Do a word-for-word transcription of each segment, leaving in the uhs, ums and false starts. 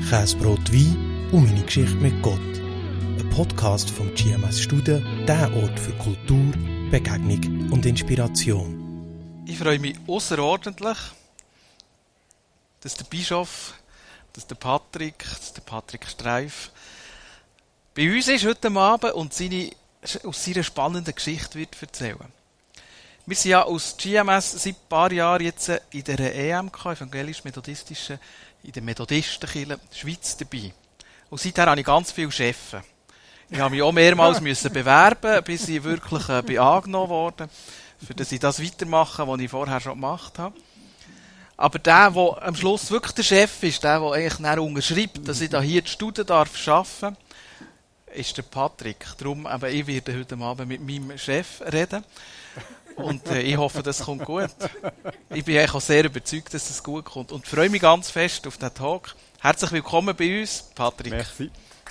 Käsebrot, Wein und meine Geschichte mit Gott. Ein Podcast vom G M S Studen, der Ort für Kultur, Begegnung und Inspiration. Ich freue mich außerordentlich, dass der Bischof, dass der Patrick, dass der Patrick Streif bei uns ist heute Abend und seine, aus seiner spannenden Geschichte wird erzählen. Wir sind ja aus G M S seit ein paar Jahren jetzt in der E M K, evangelisch-methodistischen, in der Methodistenkirche Schweiz dabei. Und seither habe ich ganz viele Chefs. Ich habe mich auch mehrmals müssen bewerben, bis ich wirklich äh, bin angenommen worden, für dass ich das weitermache, was ich vorher schon gemacht habe. Aber der, der am Schluss wirklich der Chef ist, der, der eigentlich nachher unterschreibt, dass ich da hier die Studien darf arbeiten, ist der Patrick. Darum, eben, ich werde heute Abend mit meinem Chef reden. Und äh, ich hoffe, das kommt gut. Ich bin eigentlich auch sehr überzeugt, dass es gut kommt. Und freue mich ganz fest auf den Talk. Herzlich willkommen bei uns, Patrick. Merci.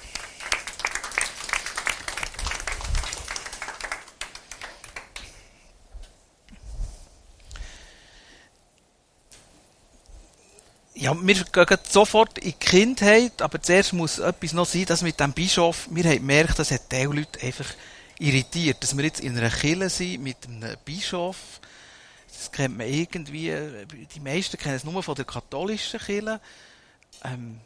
Ja, wir gehen sofort in die Kindheit, aber zuerst muss etwas noch sein, dass mit dem Bischof, wir haben gemerkt, das hat die Leute einfach irritiert, dass wir jetzt in einer Kirche sind mit einem Bischof. Das kennt man irgendwie, die meisten kennen es nur von der katholischen Kirche. Ähm,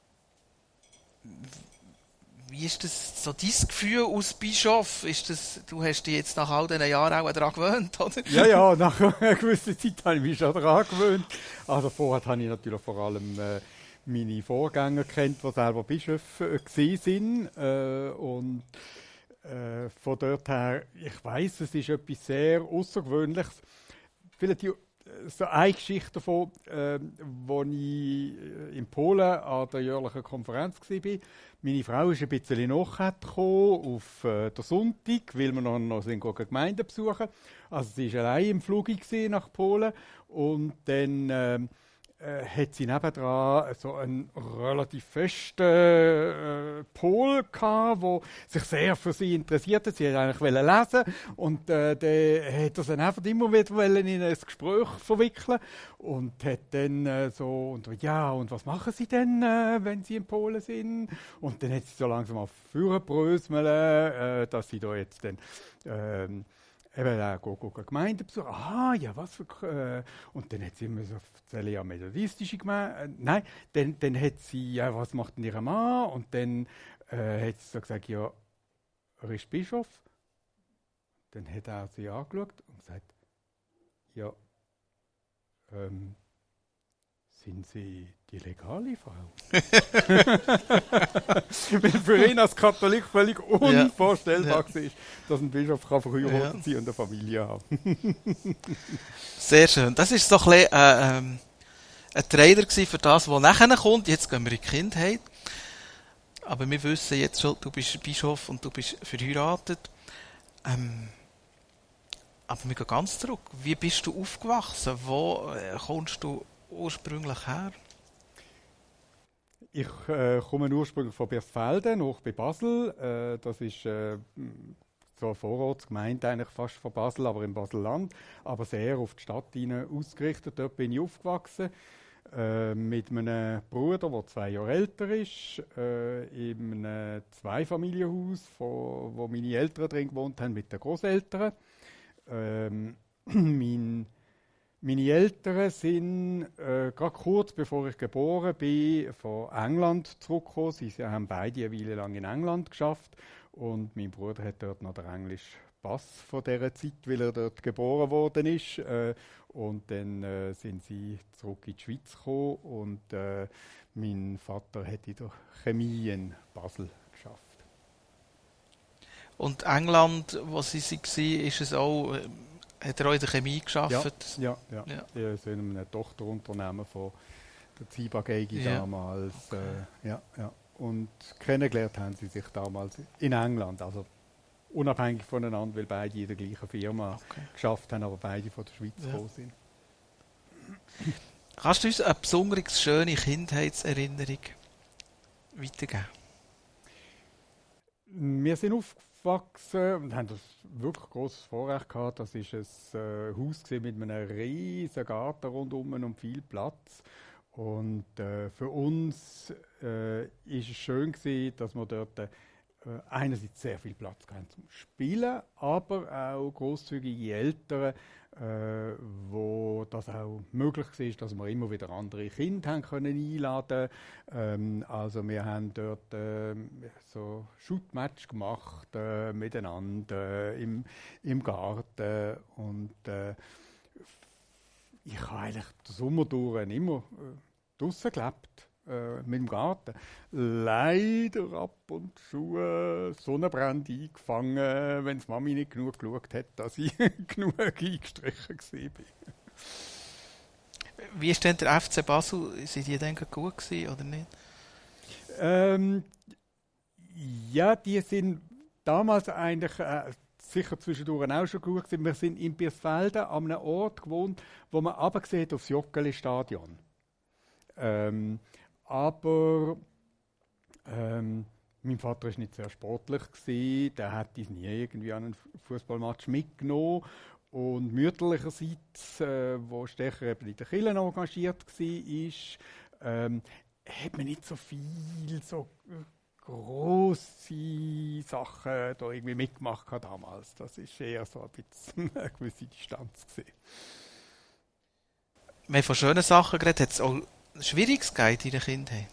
wie ist das so dein Gefühl als Bischof? Ist das, du hast dich jetzt nach all diesen Jahren auch daran gewöhnt, oder? Ja, ja, nach einer gewissen Zeit habe ich mich schon daran gewöhnt. Also vorher habe ich natürlich vor allem äh, meine Vorgänger kennt, die selber Bischöfe äh, gewesen sind. Äh, und äh, von dort her, ich weiss, es ist etwas sehr Außergewöhnliches. Vielleicht die, so eine Geschichte davon, äh, wo ich in Polen an der jährlichen Konferenz war. Meine Frau ist ein bisschen nachher gekommen auf äh, den Sonntag, weil wir noch, noch sind, Gemeinde besuchen. Also sie war allein im Flug nach Polen und dann äh, äh, hat sie nebendran so einen relativ festen äh, Pol gehabt, der sich sehr für sie interessierte. Sie wollte eigentlich lesen und äh, der hat das dann einfach immer wieder in ein Gespräch verwickeln und hat dann äh, so, und, ja, und was machen Sie denn, äh, wenn Sie in Polen sind? Und dann hat sie so langsam auf Führer bröseln, äh, dass sie da jetzt dann ähm, eben auch go, go, go Gemeinde besuchen. Aha, ja, was für... Äh, und dann hat sie immer so erzählt, ja, methodistische Gemeinde. Äh, nein, dann, dann hat sie, ja, was macht denn ihr Mann? Und dann äh, hat sie so gesagt, ja, er ist Bischof. Dann hat er sie angeschaut und gesagt, ja, ähm, sind Sie die legale Frau? Weil für ihn als Katholik völlig unvorstellbar ja. war, dass ein Bischof kann verheiratet sein ja. und eine Familie haben. Sehr schön. Das war so ein, bisschen, äh, ähm, ein Trailer für das, was nachher kommt. Jetzt gehen wir in die Kindheit. Aber wir wissen jetzt schon, du bist Bischof und du bist verheiratet. Ähm, aber wir gehen ganz zurück. Wie bist du aufgewachsen? Wo äh, kommst du ursprünglich her? Ich äh, komme ursprünglich von Birsfelden, hoch bei Basel. Äh, das ist äh, so eine Vorortsgemeinde eigentlich fast von Basel, aber im Baselland, aber sehr auf die Stadt hinein ausgerichtet. Dort bin ich aufgewachsen äh, mit einem Bruder, der zwei Jahre älter ist, äh, in einem Zweifamilienhaus, wo, wo meine Eltern drin gewohnt haben mit den Großeltern. Ähm, mein Meine Eltern sind äh, gerade kurz bevor ich geboren bin von England zurückgekommen. Sie haben beide eine Weile lang in England geschafft und mein Bruder hat dort noch den englischen Pass von dieser Zeit, weil er dort geboren worden ist. Äh, und dann äh, sind sie zurück in die Schweiz gekommen und äh, mein Vater hat in der Chemie in Basel geschafft. Und England, wo sie waren, ist es auch... Äh, Hat er auch in der Chemie gearbeitet? Ja, ja, ja. ja. Er ist in einem Tochterunternehmen von der Ziba-Gegi ja. damals. Okay. Äh, ja, ja. Und kennengelernt haben sie sich damals in England, also unabhängig voneinander, weil beide in der gleichen Firma okay. geschafft haben, aber beide von der Schweiz ja. gekommen sind. Kannst du uns eine besonders schöne Kindheitserinnerung weitergeben? Wir sind aufgewachsen und haben das wirklich grosses Vorrecht gehabt. Das war ein äh, Haus mit einem riesigen Garten rundum und viel Platz. Und äh, für uns äh, ist es schön gewesen, dass wir dort äh, einerseits sehr viel Platz haben zum Spielen, aber auch grosszügige Eltern, äh, wo das auch möglich war, dass wir immer wieder andere Kinder haben können einladen. Ähm, also wir haben dort äh, so Shootmatch gemacht äh, miteinander äh, im, im Garten und äh, ich habe eigentlich den Sommer durch immer äh, draussen gelebt, äh, mit dem Garten. Leider ab und zu äh, Sonnenbrand eingefangen, wenn die Mami nicht genug geschaut hat, dass ich genug eingestrichen war. Wie ist denn der F C Basel? Sind die denn gut gewesen, oder nicht? Ähm, ja, die sind damals eigentlich äh, sicher zwischendurch auch schon gut gewesen. Wir sind in Birsfelden an einem Ort gewohnt, wo man runtergesehen aufs Joggeli-Stadion. Ähm, aber ähm, mein Vater war nicht sehr sportlich gewesen, der hat uns nie irgendwie an einen Fußballmatch mitgenommen. Und mütterlicherseits, äh, wo Stecher eben in der Kirche engagiert war, ähm, hat man nicht so viel, so äh, grosse Sachen da irgendwie mitgemacht damals. Das war eher so ein bisschen eine gewisse Distanz gewesen. Wir haben von schönen Sachen geredet. Hat es auch Schwierigkeiten in der Kindheit?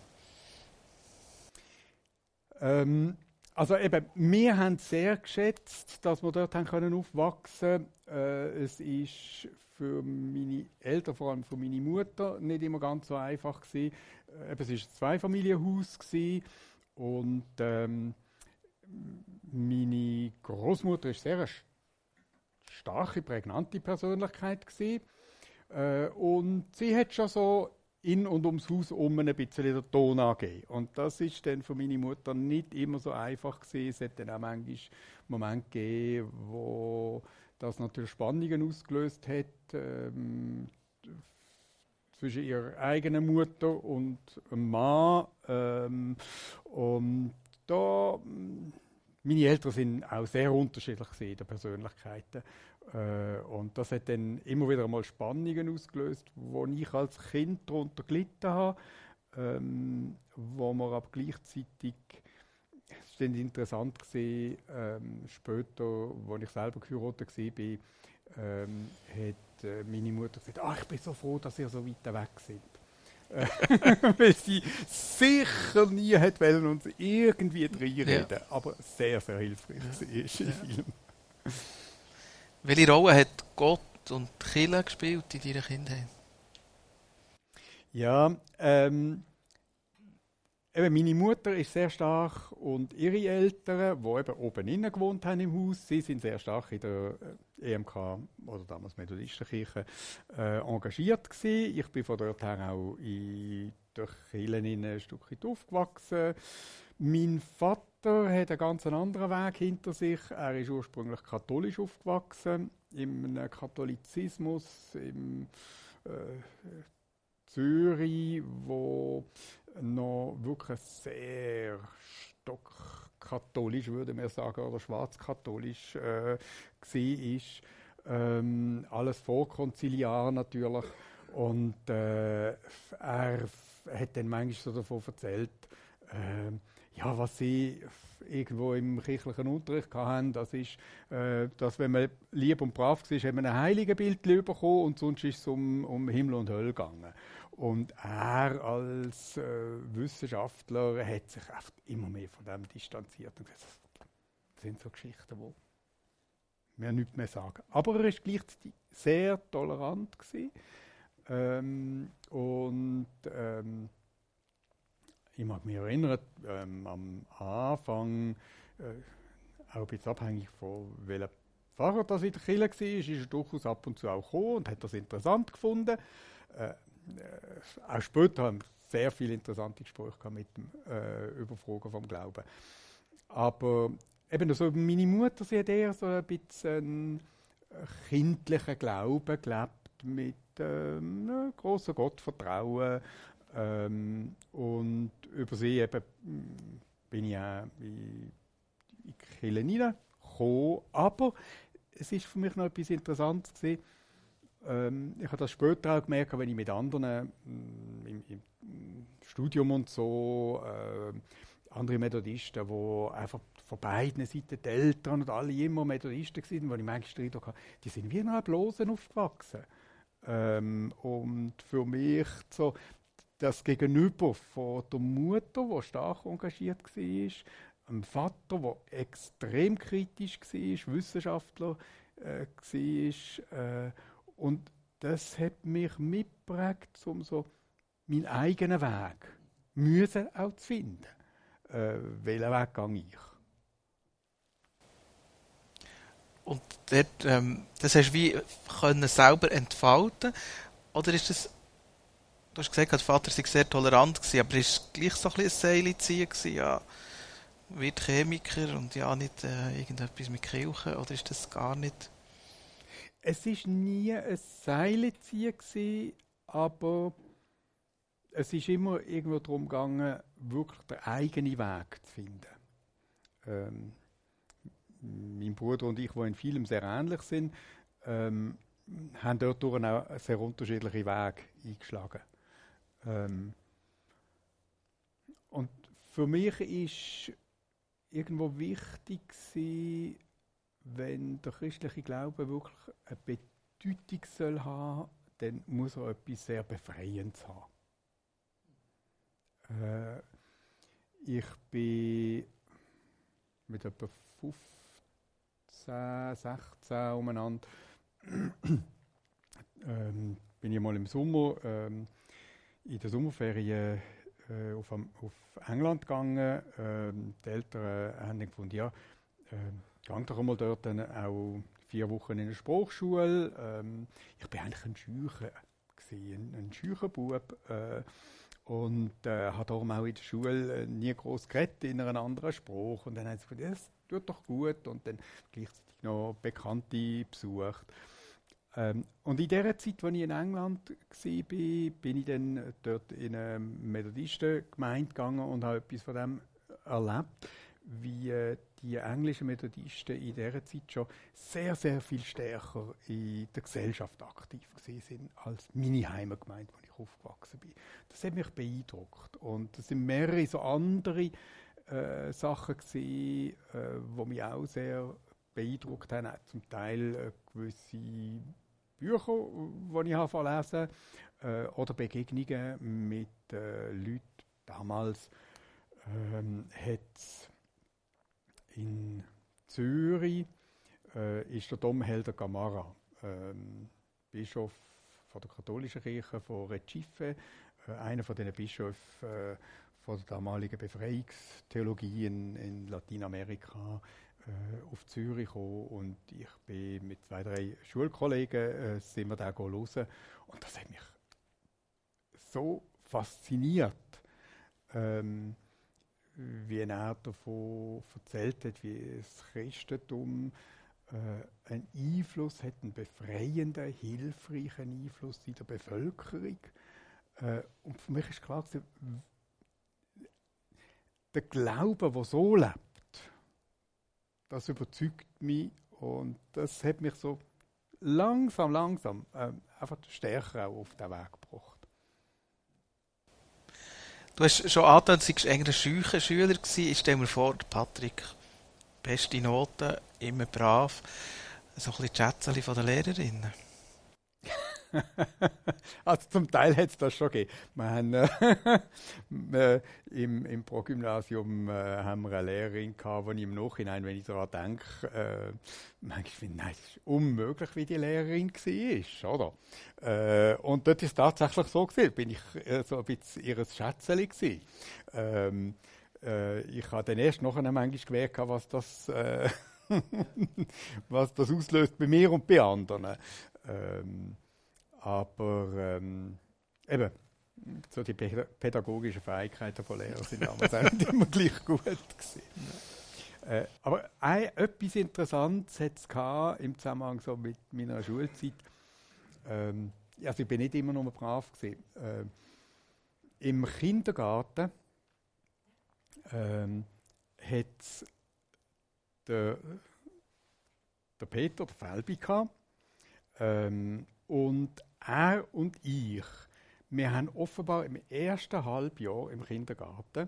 Ähm, also eben, wir haben sehr geschätzt, dass wir dort haben können aufwachsen. Äh, es ist für meine Eltern, vor allem für meine Mutter, nicht immer ganz so einfach gewesen. Äh, eben, es war ein Zweifamilienhaus gewesen und ähm, meine Großmutter ist sehr eine starke, prägnante Persönlichkeit gewesen. Äh, und sie hat schon so in und ums Haus um ein bisschen den Ton angegeben. Und das ist dann für meine Mutter nicht immer so einfach gewesen. Es hat dann auch manchmal Momente gegeben, wo das natürlich Spannungen ausgelöst hat ähm, zwischen ihrer eigenen Mutter und einem Mann. Ähm, und da, meine Eltern sind auch sehr unterschiedlich in den Persönlichkeiten. Äh, und das hat dann immer wieder einmal Spannungen ausgelöst, wo ich als Kind darunter gelitten habe, ähm, wo man aber gleichzeitig, es ist dann interessant gewesen, ähm, später, als ich selber geheiratet war, ähm, hat äh, meine Mutter gesagt, ach, ich bin so froh, dass ihr so weit weg seid. Weil sie sicher nie hat wollen uns irgendwie reinreden, ja. Aber sehr, sehr hilfreich ja. war in Film. Welche Rolle hat Gott und die Kirche gespielt in deiner Kindheit? Ja, ähm, eben meine Mutter ist sehr stark und ihre Eltern, die eben oben innen gewohnt haben im Haus, sie sind sehr stark in der E M K oder damals Methodistenkirche äh, engagiert gewesen. Ich bin von dort her auch in der Kirche ein Stückchen aufgewachsen. Mein Vater hat einen ganz anderen Weg hinter sich. Er ist ursprünglich katholisch aufgewachsen, im Katholizismus, im äh, Zürich, wo noch wirklich sehr stockkatholisch, würde man sagen, oder schwarzkatholisch äh, war. Ähm, alles vorkonziliar natürlich. Und äh, er hat dann manchmal so davon erzählt, äh, ja, was sie irgendwo im kirchlichen Unterricht hatten, das ist, äh, dass wenn man lieb und brav war, hat man ein Heiligenbild bekommen und sonst ist es um, um Himmel und Hölle gegangen. Und er als äh, Wissenschaftler hat sich oft immer mehr von dem distanziert und gesagt, das sind so Geschichten, wo wir nichts mehr sagen. Aber er war gleichzeitig sehr tolerant gewesen, ähm, und ähm, ich mag mich erinnern, ähm, am Anfang, äh, auch ein bisschen abhängig von welchem Pfarrer das in der Kirche war, ist er durchaus ab und zu auch gekommen und hat das interessant gefunden. Äh, äh, auch später haben wir sehr viele interessante Gespräche mit dem äh, Überfragen vom Glauben. Aber eben so meine Mutter, sie hat eher so ein bisschen einen kindlichen Glauben gelebt mit ähm, einem grossen Gottvertrauen. Ähm, und über sie eben bin ich auch in die Kirche hineingekommen. Aber es ist für mich noch etwas Interessantes gewesen. Ähm, ich habe das später auch gemerkt, wenn ich mit anderen, im, im Studium und so, äh, andere Methodisten, die einfach von beiden Seiten, die Eltern und alle immer Methodisten waren, wo ich manchmal den Eindruck hatte, die sind wie in einer Blosen aufgewachsen. Ähm, und für mich so das Gegenüber von der Mutter, die stark engagiert war, einem Vater, der extrem kritisch war, Wissenschaftler äh, war. Äh, und das hat mich mitgeprägt, um so meinen eigenen Weg müssen auch zu finden. Äh, welchen Weg gehe ich? Und dort, ähm, das hast du wie können selber entfalten? Oder ist das, du hast gesagt, der Vater sei sehr tolerant gewesen, aber ist es gleich so ein bisschen ein Seil ziehen gewesen, ja, wird Chemiker und ja nicht äh, irgendetwas mit Kirche, oder ist das gar nicht? Es war nie ein Seilziehen gewesen, aber es ist immer irgendwo darum gegangen, wirklich den eigenen Weg zu finden. Ähm, mein Bruder und ich, die in vielem sehr ähnlich sind, ähm, haben dort auch sehr unterschiedliche Wege eingeschlagen. Ähm, und für mich ist irgendwo wichtig gewesen, wenn der christliche Glaube wirklich eine Bedeutung soll haben, dann muss er etwas sehr Befreiendes haben. Äh, ich bin mit etwa fünfzehn, sechzehn umeinander ähm, bin ich mal im Sommer ähm, in der Sommerferien äh, auf, auf England gegangen. Ähm, die Eltern haben dann gefunden, ja, äh, gang doch einmal dort dann auch vier Wochen in eine Sprachschule. Ähm, ich bin eigentlich ein Schücher, ein, ein Schücherbub. Äh, und äh, habe darum auch in der Schule äh, nie gross geredet in einer anderen Sprache. Und dann haben sie gesagt, das tut doch gut. Und dann gleichzeitig noch Bekannte besucht. Ähm, und in der Zeit, als ich in England war, bin ich dann dort in eine Methodistengemeinde gegangen und habe etwas von dem erlebt, wie äh, die englischen Methodisten in dieser Zeit schon sehr, sehr viel stärker in der Gesellschaft aktiv waren als meine Heimatgemeinde, wo ich aufgewachsen bin. Das hat mich beeindruckt. Und es sind mehrere so andere äh, Sachen gewesen, äh, die mich auch sehr beeindruckt haben. Auch zum Teil äh, gewisse Bücher, die ich habe lesen äh, oder Begegnungen mit äh, Leuten. Damals ähm, hat es in Zürich äh, ist der Domhelder Gamarra, ähm, Bischof von der katholischen Kirche von Recife, äh, einer von den Bischöfen äh, von der damaligen Befreiungstheologie in, in Lateinamerika äh, auf Zürich gekommen. Und ich bin mit zwei, drei Schulkollegen äh, sind wir da hören. Und das hat mich so fasziniert. Ähm, wie er davon erzählt hat, wie das Christentum äh, einen Einfluss hat, einen befreienden, hilfreichen Einfluss in der Bevölkerung. Äh, und für mich ist klar, der Glaube, der so lebt, das überzeugt mich und das hat mich so langsam, langsam äh, einfach stärker auch auf den Weg gebracht. Du hast schon angetan, du warst eigentlich ein scheuer Schüler gewesen. Ich stelle mir vor, Patrick, beste Noten, immer brav. So ein bisschen die Schätzchen von der Lehrerin. Also zum Teil hat es das schon gegeben. Wir haben, äh, im, im Progymnasium äh, haben wir eine Lehrerin gehabt, die ich im Nachhinein, wenn ich daran denke, äh, manchmal finde, nein, es ist unmöglich, wie die Lehrerin war, oder? Äh, und dort ist es tatsächlich so gewesen, bin ich äh, so ein bisschen ihr Schätzchen gewesen. Ähm, äh, ich habe dann erst nachher manchmal gemerkt, was das, äh, was das auslöst bei mir und bei anderen. Ähm, Aber ähm, eben, so die pädagogischen Fähigkeiten von Lehrern sind damals auch nicht immer gleich gut gewesen. Äh, aber ein, etwas Interessantes hat es im Zusammenhang so mit meiner Schulzeit. Ähm, also ich bin nicht immer nur brav gewesen. Äh, Im Kindergarten ähm, hat es der, der Peter, der Felbi, gehabt. Ähm, und er und ich, wir haben offenbar im ersten Halbjahr im Kindergarten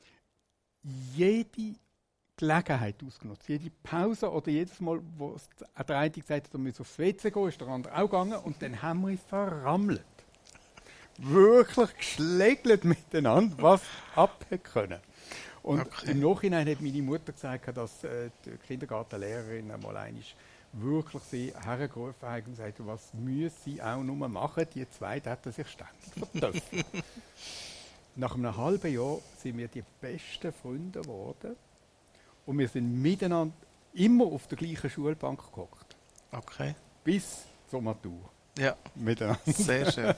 jede Gelegenheit ausgenutzt. Jede Pause oder jedes Mal, wo der eine gesagt hat, er müsse aufs W C gehen, ist der andere auch gegangen und dann haben wir uns verrammelt. Wirklich geschlägelt miteinander, was ab hätte können. Und okay. Im Nachhinein hat meine Mutter gesagt, dass äh, die Kindergartenlehrerin einmal einmal wirklich sie hergerufen hat und gesagt, was müssen sie auch nur machen, die zwei hätten sich ständig vertöpft. Nach einem halben Jahr sind wir die besten Freunde geworden und wir sind miteinander immer auf der gleichen Schulbank gehockt. Okay. Bis zur Matur. Ja, miteinander. Sehr schön.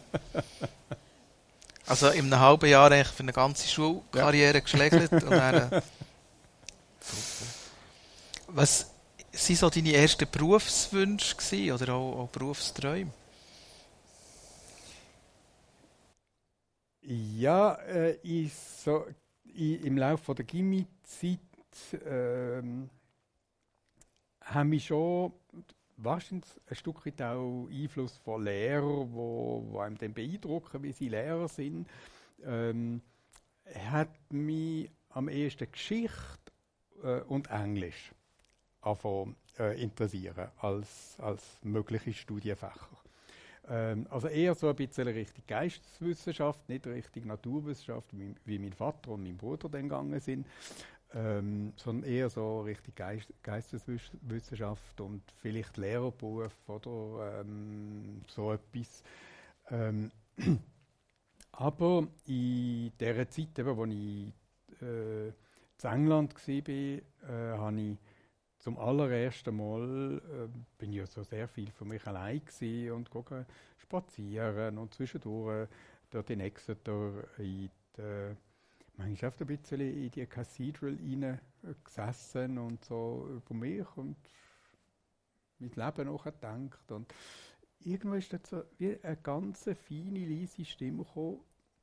Also in einem halben Jahr eigentlich für eine ganze Schulkarriere ja. geschlägelt. Und dann, äh, was waren so deine ersten Berufswünsche gewesen, oder auch, auch Berufsträume? Ja, äh, ich so, ich, im Laufe der Gimmi-Zeit ähm, haben mich schon wahrscheinlich ein Stück weit auch Einfluss von Lehrern, wo, wo einem dann beeindrucken, wie sie Lehrer sind, ähm, hat mich am ehesten Geschichte äh, und Englisch anfangen, äh, interessieren als, als mögliche Studienfächer. Ähm, also eher so ein bisschen Richtung Geisteswissenschaft, nicht Richtung Naturwissenschaft, wie, wie mein Vater und mein Bruder dann gegangen sind. Ähm, sondern eher so Richtung Geist, Geisteswissenschaft und vielleicht Lehrerberuf oder ähm, so etwas. Ähm, aber in der Zeit, eben, als ich äh, in England war, äh, habe ich zum allerersten Mal, äh, bin ich ja so sehr viel für mich allein gewesen und gegangen spazieren und zwischendurch dort in Exeter in die, manchmal ein bisschen in die Cathedral rein gesessen und so über mich und mein Leben nachgedacht. Und irgendwann ist da so wie eine ganz feine, leise Stimme gekommen.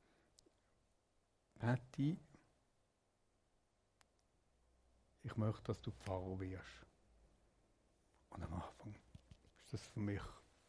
Patti, ich möchte, dass du Pfarrer wirst. Und am Anfang ist das für mich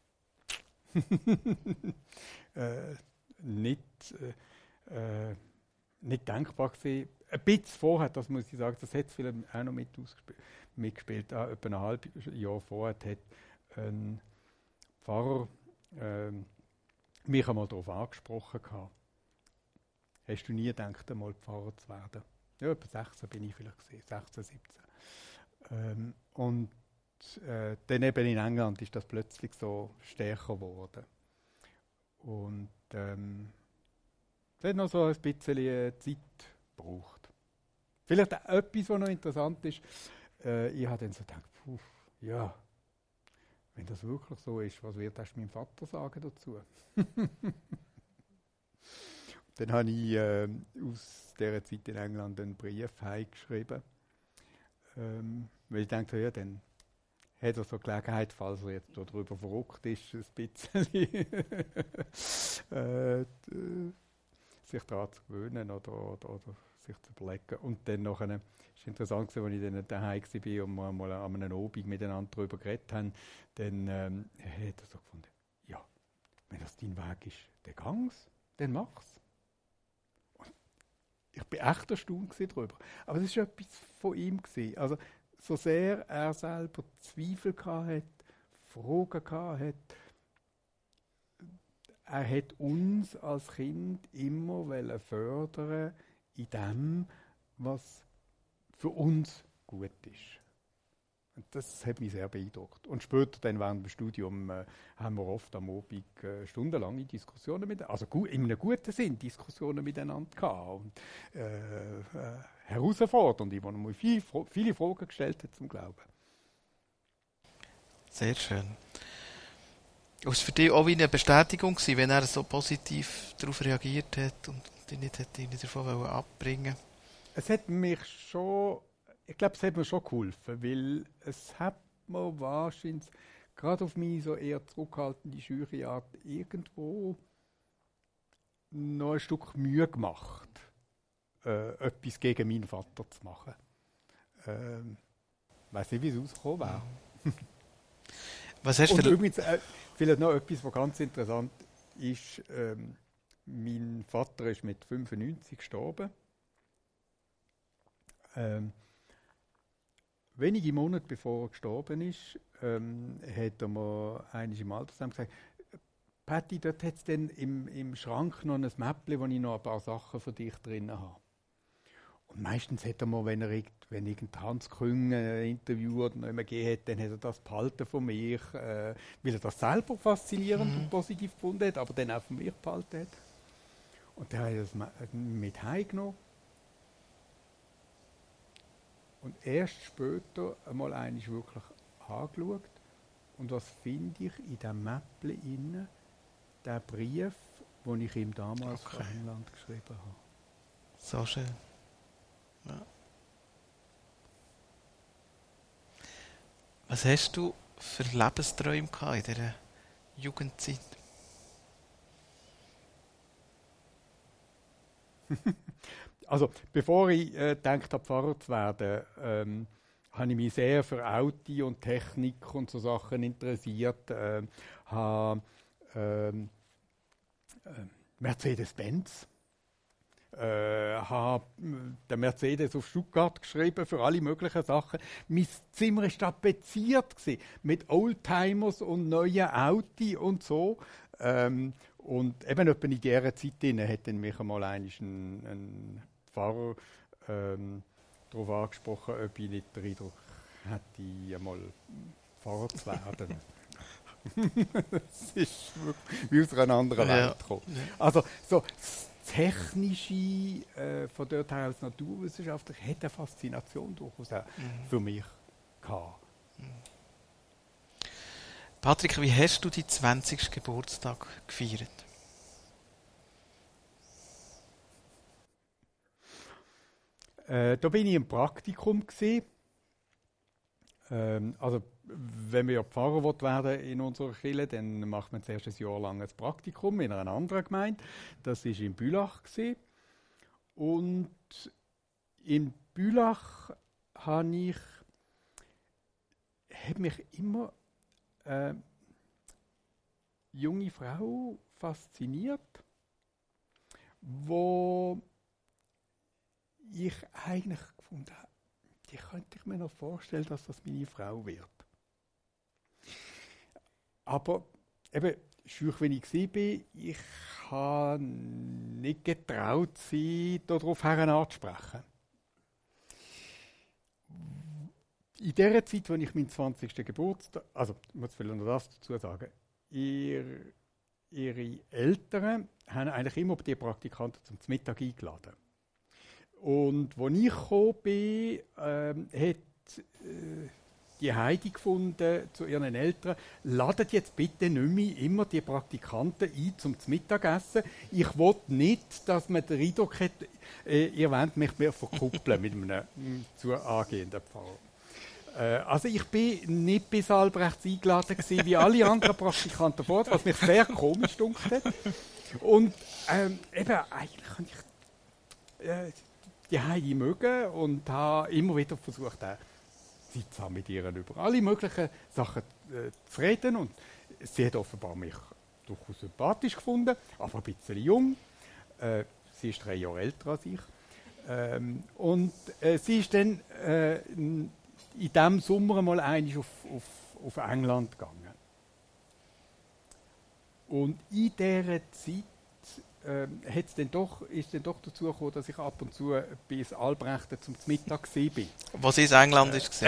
äh, nicht... Äh, äh, nicht denkbar gewesen. Ein bisschen vorher, das muss ich sagen, das hat es vielleicht auch noch mit mitgespielt. Auch etwa ein halbes Jahr vorher hat ein Pfarrer äh, mich einmal darauf angesprochen gehabt. Hast du nie gedacht, einmal Pfarrer zu werden? Ja, etwa sechzehn bin ich vielleicht gewesen, sechzehn, siebzehn. Ähm, und äh, dann eben in England ist das plötzlich so stärker geworden. Und ähm, es hat noch so ein bisschen Zeit gebraucht. Vielleicht auch etwas, was noch interessant ist. Äh, ich habe dann so gedacht, puh, ja, wenn das wirklich so ist, was wird erst mein Vater sagen dazu? Dann habe ich äh, aus dieser Zeit in England einen Brief heimgeschrieben. Ähm, weil ich dachte, ja, dann hat er so Gelegenheit, falls er jetzt darüber verrückt ist, ein bisschen äh, sich daran zu gewöhnen oder, oder, oder sich zu überlegen. Und dann nachher, es war interessant, als ich dann daheim war und wir mal an einem Abend miteinander darüber geredet haben, dann ähm, hat er so gefunden, ja, wenn das dein Weg ist, dann gang's, dann mach's. Und ich war echt erstaunt darüber. Aber das war etwas von ihm gewesen. Also, so sehr er selber Zweifel hatte, Fragen hatte, er hat uns als Kind immer fördern in dem, was für uns gut ist. Und das hat mich sehr beeindruckt. Und später, dann während dem Studium, äh, haben wir oft am Abend äh, stundenlange Diskussionen miteinander, also gu- in einem guten Sinn Diskussionen miteinander gehabt. Und äh, äh, herausfordernd, wo man viel, viele Fragen gestellt hat zum Glauben. Sehr schön. War es für dich auch wie eine Bestätigung gewesen, wenn er so positiv darauf reagiert hat und dich nicht, hat, dich nicht davon abbringen? Es hat mich schon, ich glaube, es hat mir schon geholfen, weil es hat mir wahrscheinlich, gerade auf meine so eher zurückhaltende, scheue Art, irgendwo noch ein Stück Mühe gemacht, äh, etwas gegen meinen Vater zu machen. Ähm, ich weiss nicht, wie es rausgekommen wäre. Was hast Und du übrigens, äh, vielleicht noch etwas, was ganz interessant ist, ähm, mein Vater ist mit fünfundneunzig gestorben. Ähm, wenige Monate bevor er gestorben ist, ähm, hat er mir einmal im Altersheim gesagt, Patti, dort hat es dann im, im Schrank noch ein Mäppchen, wo ich noch ein paar Sachen für dich drin habe. Und meistens hat er mir, wenn er wenn irgendein Hans Küng ein Interview oder noch immer gegeben hat, dann hat er das behalten von mir, äh, weil er das selber faszinierend mhm. und positiv gefunden hat, aber dann auch von mir behalten hat. Und dann habe ich das mit heimgenommen. Und erst später einmal eigentlich wirklich angeschaut. Und was finde ich in diesem Mäppchen inne? Der Brief, den ich ihm damals okay. von England geschrieben habe. So schön. Ja. Was hast du für Lebensträume gehabt in dieser Jugendzeit? Also, bevor ich äh, gedacht habe, Pfarrer zu werden, ähm, habe ich mich sehr für Auto und Technik und so Sachen interessiert. Äh, habe ähm, äh, Mercedes-Benz. Äh, habe den Mercedes auf Stuttgart geschrieben für alle möglichen Sachen. Mein Zimmer war tapeziert mit Oldtimers und neuen Autos und so. Ähm, und eben etwa in dieser Zeit hat dann mich einmal ein, ein Pfarrer ähm, darauf angesprochen, ob ich nicht den Eindruck hätte, einmal Pfarrer zu werden. Das ist wirklich wie aus einer anderen Welt ja. gekommen. Also, so das Technische äh, von dort her als Naturwissenschaftler hat eine Faszination durchaus auch mhm. für mich gehabt. Mhm. Patrick, wie hast du deinen zwanzigsten Geburtstag gefeiert? Äh, da bin ich im Praktikum gewesen. Ähm, also wenn man ja Pfarrer werden in unserer Kirche, dann macht man zuerst ein Jahr lang ein Praktikum in einer anderen Gemeinde. Das war in Bülach gewesen. Und in Bülach habe ich hat mich immer eine junge Frau fasziniert, wo ich eigentlich gefunden habe, die könnte ich mir noch vorstellen, dass das meine Frau wird. Aber eben, schüch wie ich war, ich habe nicht getraut, sie darauf anzusprechen. In der Zeit, als ich meinen zwanzigsten Geburtstag, also ich muss vielleicht noch das dazu sagen, ihr, ihre Eltern haben eigentlich immer die Praktikanten zum Mittag eingeladen. Und als ich gekommen bin, ähm, hat äh, die Heidi gefunden zu ihren Eltern, ladet jetzt bitte nicht mehr immer die Praktikanten ein zum Mittagessen. Ich will nicht, dass man den Eindruck hat, äh, ihr wollt mich mehr verkuppeln mit einem äh, zu angehenden Pfarrer. Äh, also ich bin nicht bis Albrechts eingeladen gewesen, wie alle anderen Praktikanten vor, was mich sehr komisch gedunkt hat. Und ähm, eben, eigentlich kann ich äh, die Heidi mögen und habe immer wieder versucht, äh, Zeit zu haben mit ihr über alle möglichen Sachen äh, zu reden. Und sie hat offenbar mich durchaus sympathisch gefunden, aber ein bisschen jung. Äh, sie ist drei Jahre älter als ich. Ähm, und äh, sie ist dann äh, in diesem Sommer mal eigentlich auf, auf, auf England gegangen. Und in dieser Zeit ähm, hat's dann doch, ist dann doch dazu gekommen, dass ich ab und zu bis Albrechten zum Mittag gesehen bin. Was in England äh. ist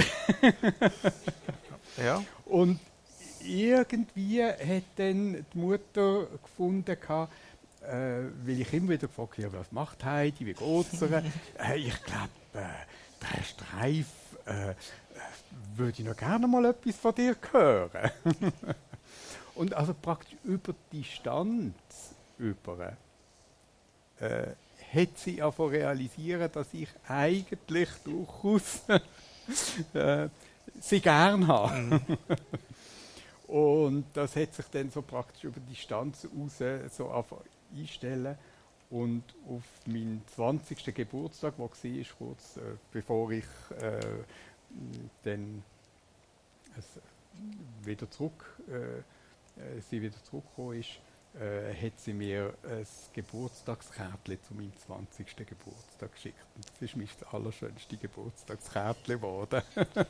ja. Und irgendwie hat dann die Mutter gefunden, gehabt, äh, weil ich immer wieder gefragt habe, was macht Heidi, wie geht's ihr? äh, ich glaube, äh, der Streif äh, würde ich noch gerne mal etwas von dir hören. Und also praktisch über die Distanz über äh, hat sie einfach realisieren, dass ich eigentlich durchaus äh, sie gern habe. Mhm. Und das hat sich dann so praktisch über die Distanz raus so einfach einstellen. Und auf meinen zwanzigsten Geburtstag, der war, kurz äh, bevor ich äh, dann es wieder zurück, äh, sie wieder zurückgekommen ist, äh, hat sie mir ein Geburtstagskärtchen zu meinem zwanzigsten Geburtstag geschickt. Und das ist mein allerschönste Geburtstagskärtchen geworden.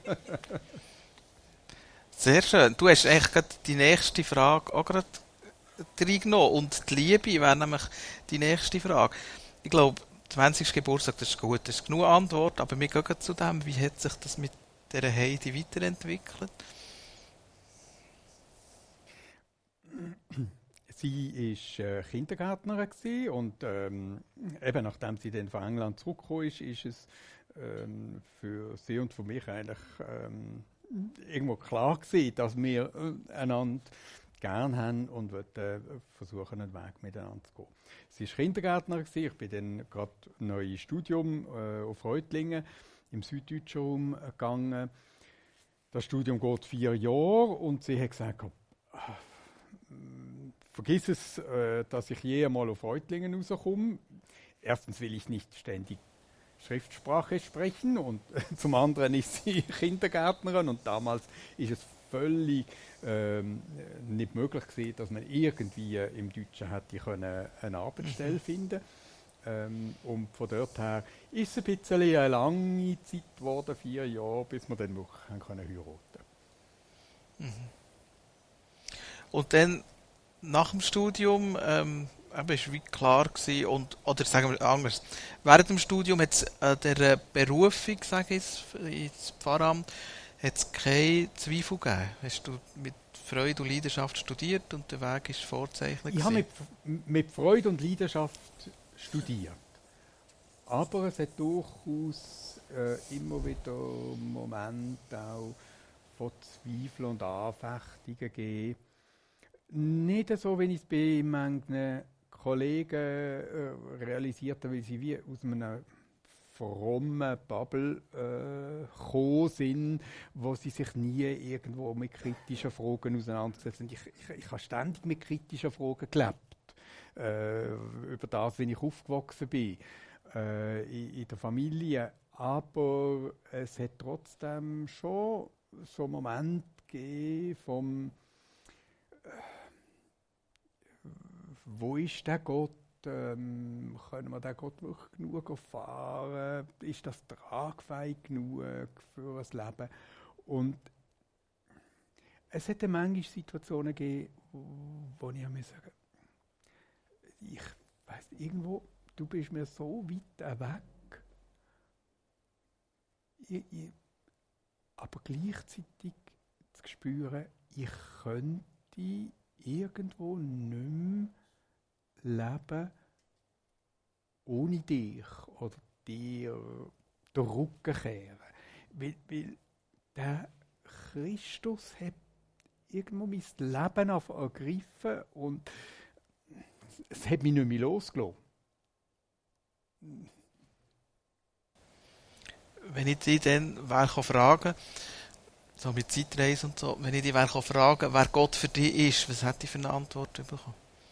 Sehr schön. Du hast eigentlich gerade die nächste Frage auch gerade reingenommen. Und die Liebe wäre nämlich die nächste Frage. Ich glaube, zwanzigsten Geburtstag, das ist gut, das ist genug Antwort, aber wir gehen zu dem, wie hat sich das mit dieser Heidi weiterentwickelt? Sie war äh, Kindergärtnerin und ähm, eben nachdem sie dann von England zurückgekommen ist, ist es ähm, für sie und für mich eigentlich ähm, irgendwo klar gewesen, dass wir äh, einander gern haben und wollen, äh, versuchen, einen Weg miteinander zu gehen. Sie war Kindergärtnerin, ich bin dann gerade neu ins Studium äh, auf Reutlingen im süddeutschen Raum gegangen. Das Studium geht vier Jahre und sie hat gesagt, oh, vergiss es, äh, dass ich je einmal auf Reutlingen rauskomme. Erstens will ich nicht ständig Schriftsprache sprechen und äh, zum anderen ist sie Kindergärtnerin und damals ist es völlig ähm, nicht möglich gewesen, dass man irgendwie im Deutschen hätte können eine Arbeitsstelle finden. Ähm, und von dort her ist es ein bisschen eine lange Zeit geworden, vier Jahre, bis wir dann wirklich haben können heiraten. Mhm. Und dann nach dem Studium ähm, war wie klar gewesen, und, oder sagen wir anders, während dem Studium hat es an der Berufung, sage ich jetzt, ins Pfarramt, hat es keinen Zweifel gegeben? Hast du mit Freude und Leidenschaft studiert und der Weg ist vorzeichnet? Ich habe mit, mit Freude und Leidenschaft studiert. Aber es hat durchaus äh, immer wieder Momente auch von Zweifel und Anfechtungen gegeben. Nicht so, wenn ich es bei meinen Kollegen äh, realisiert habe, weil sie wie aus einem frommen Bubble äh, gekommen sind, wo sie sich nie irgendwo mit kritischen Fragen auseinandergesetzt haben. Ich, ich, ich habe ständig mit kritischen Fragen gelebt. Äh, über das, wie ich aufgewachsen bin. Äh, in, in der Familie. Aber es hat trotzdem schon so Momente gegeben vom äh, wo ist der Gott? Ähm, können wir den Gott wirklich genug erfahren? Ist das tragfähig genug für ein Leben? Und es hat manchmal Situationen gegeben, wo ich mir sage, ich weiss irgendwo, du bist mir so weit weg. Ich, ich, aber gleichzeitig zu spüren, ich könnte irgendwo nicht mehr leben ohne dich oder dir den Rücken kehren. Weil, weil der Christus hat irgendwo mein Leben ergriffen und es hat mich nicht mehr losgelassen. Wenn ich dich dann fragen so mit Zeitreise und so, wenn ich dich fragen wer Gott für dich ist, was hätte ich für eine Antwort bekommen?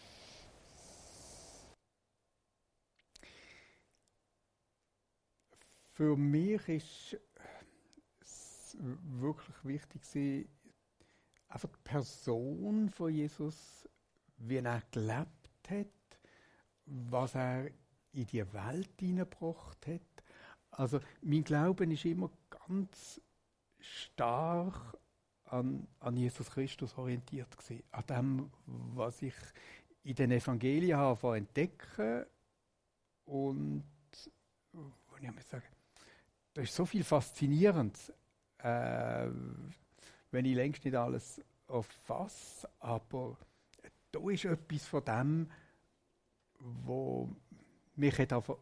Für mich ist es wirklich wichtig, einfach die Person von Jesus, wie er gelebt hat, was er in die Welt hineingebracht hat. Also mein Glauben ist immer ganz stark an, an Jesus Christus orientiert gewesen, an dem, was ich in den Evangelien habe entdecken und wo ich mir sage, da ist so viel Faszinierendes, äh, wenn ich längst nicht alles erfasse, aber da ist etwas von dem, wo mich hat einfach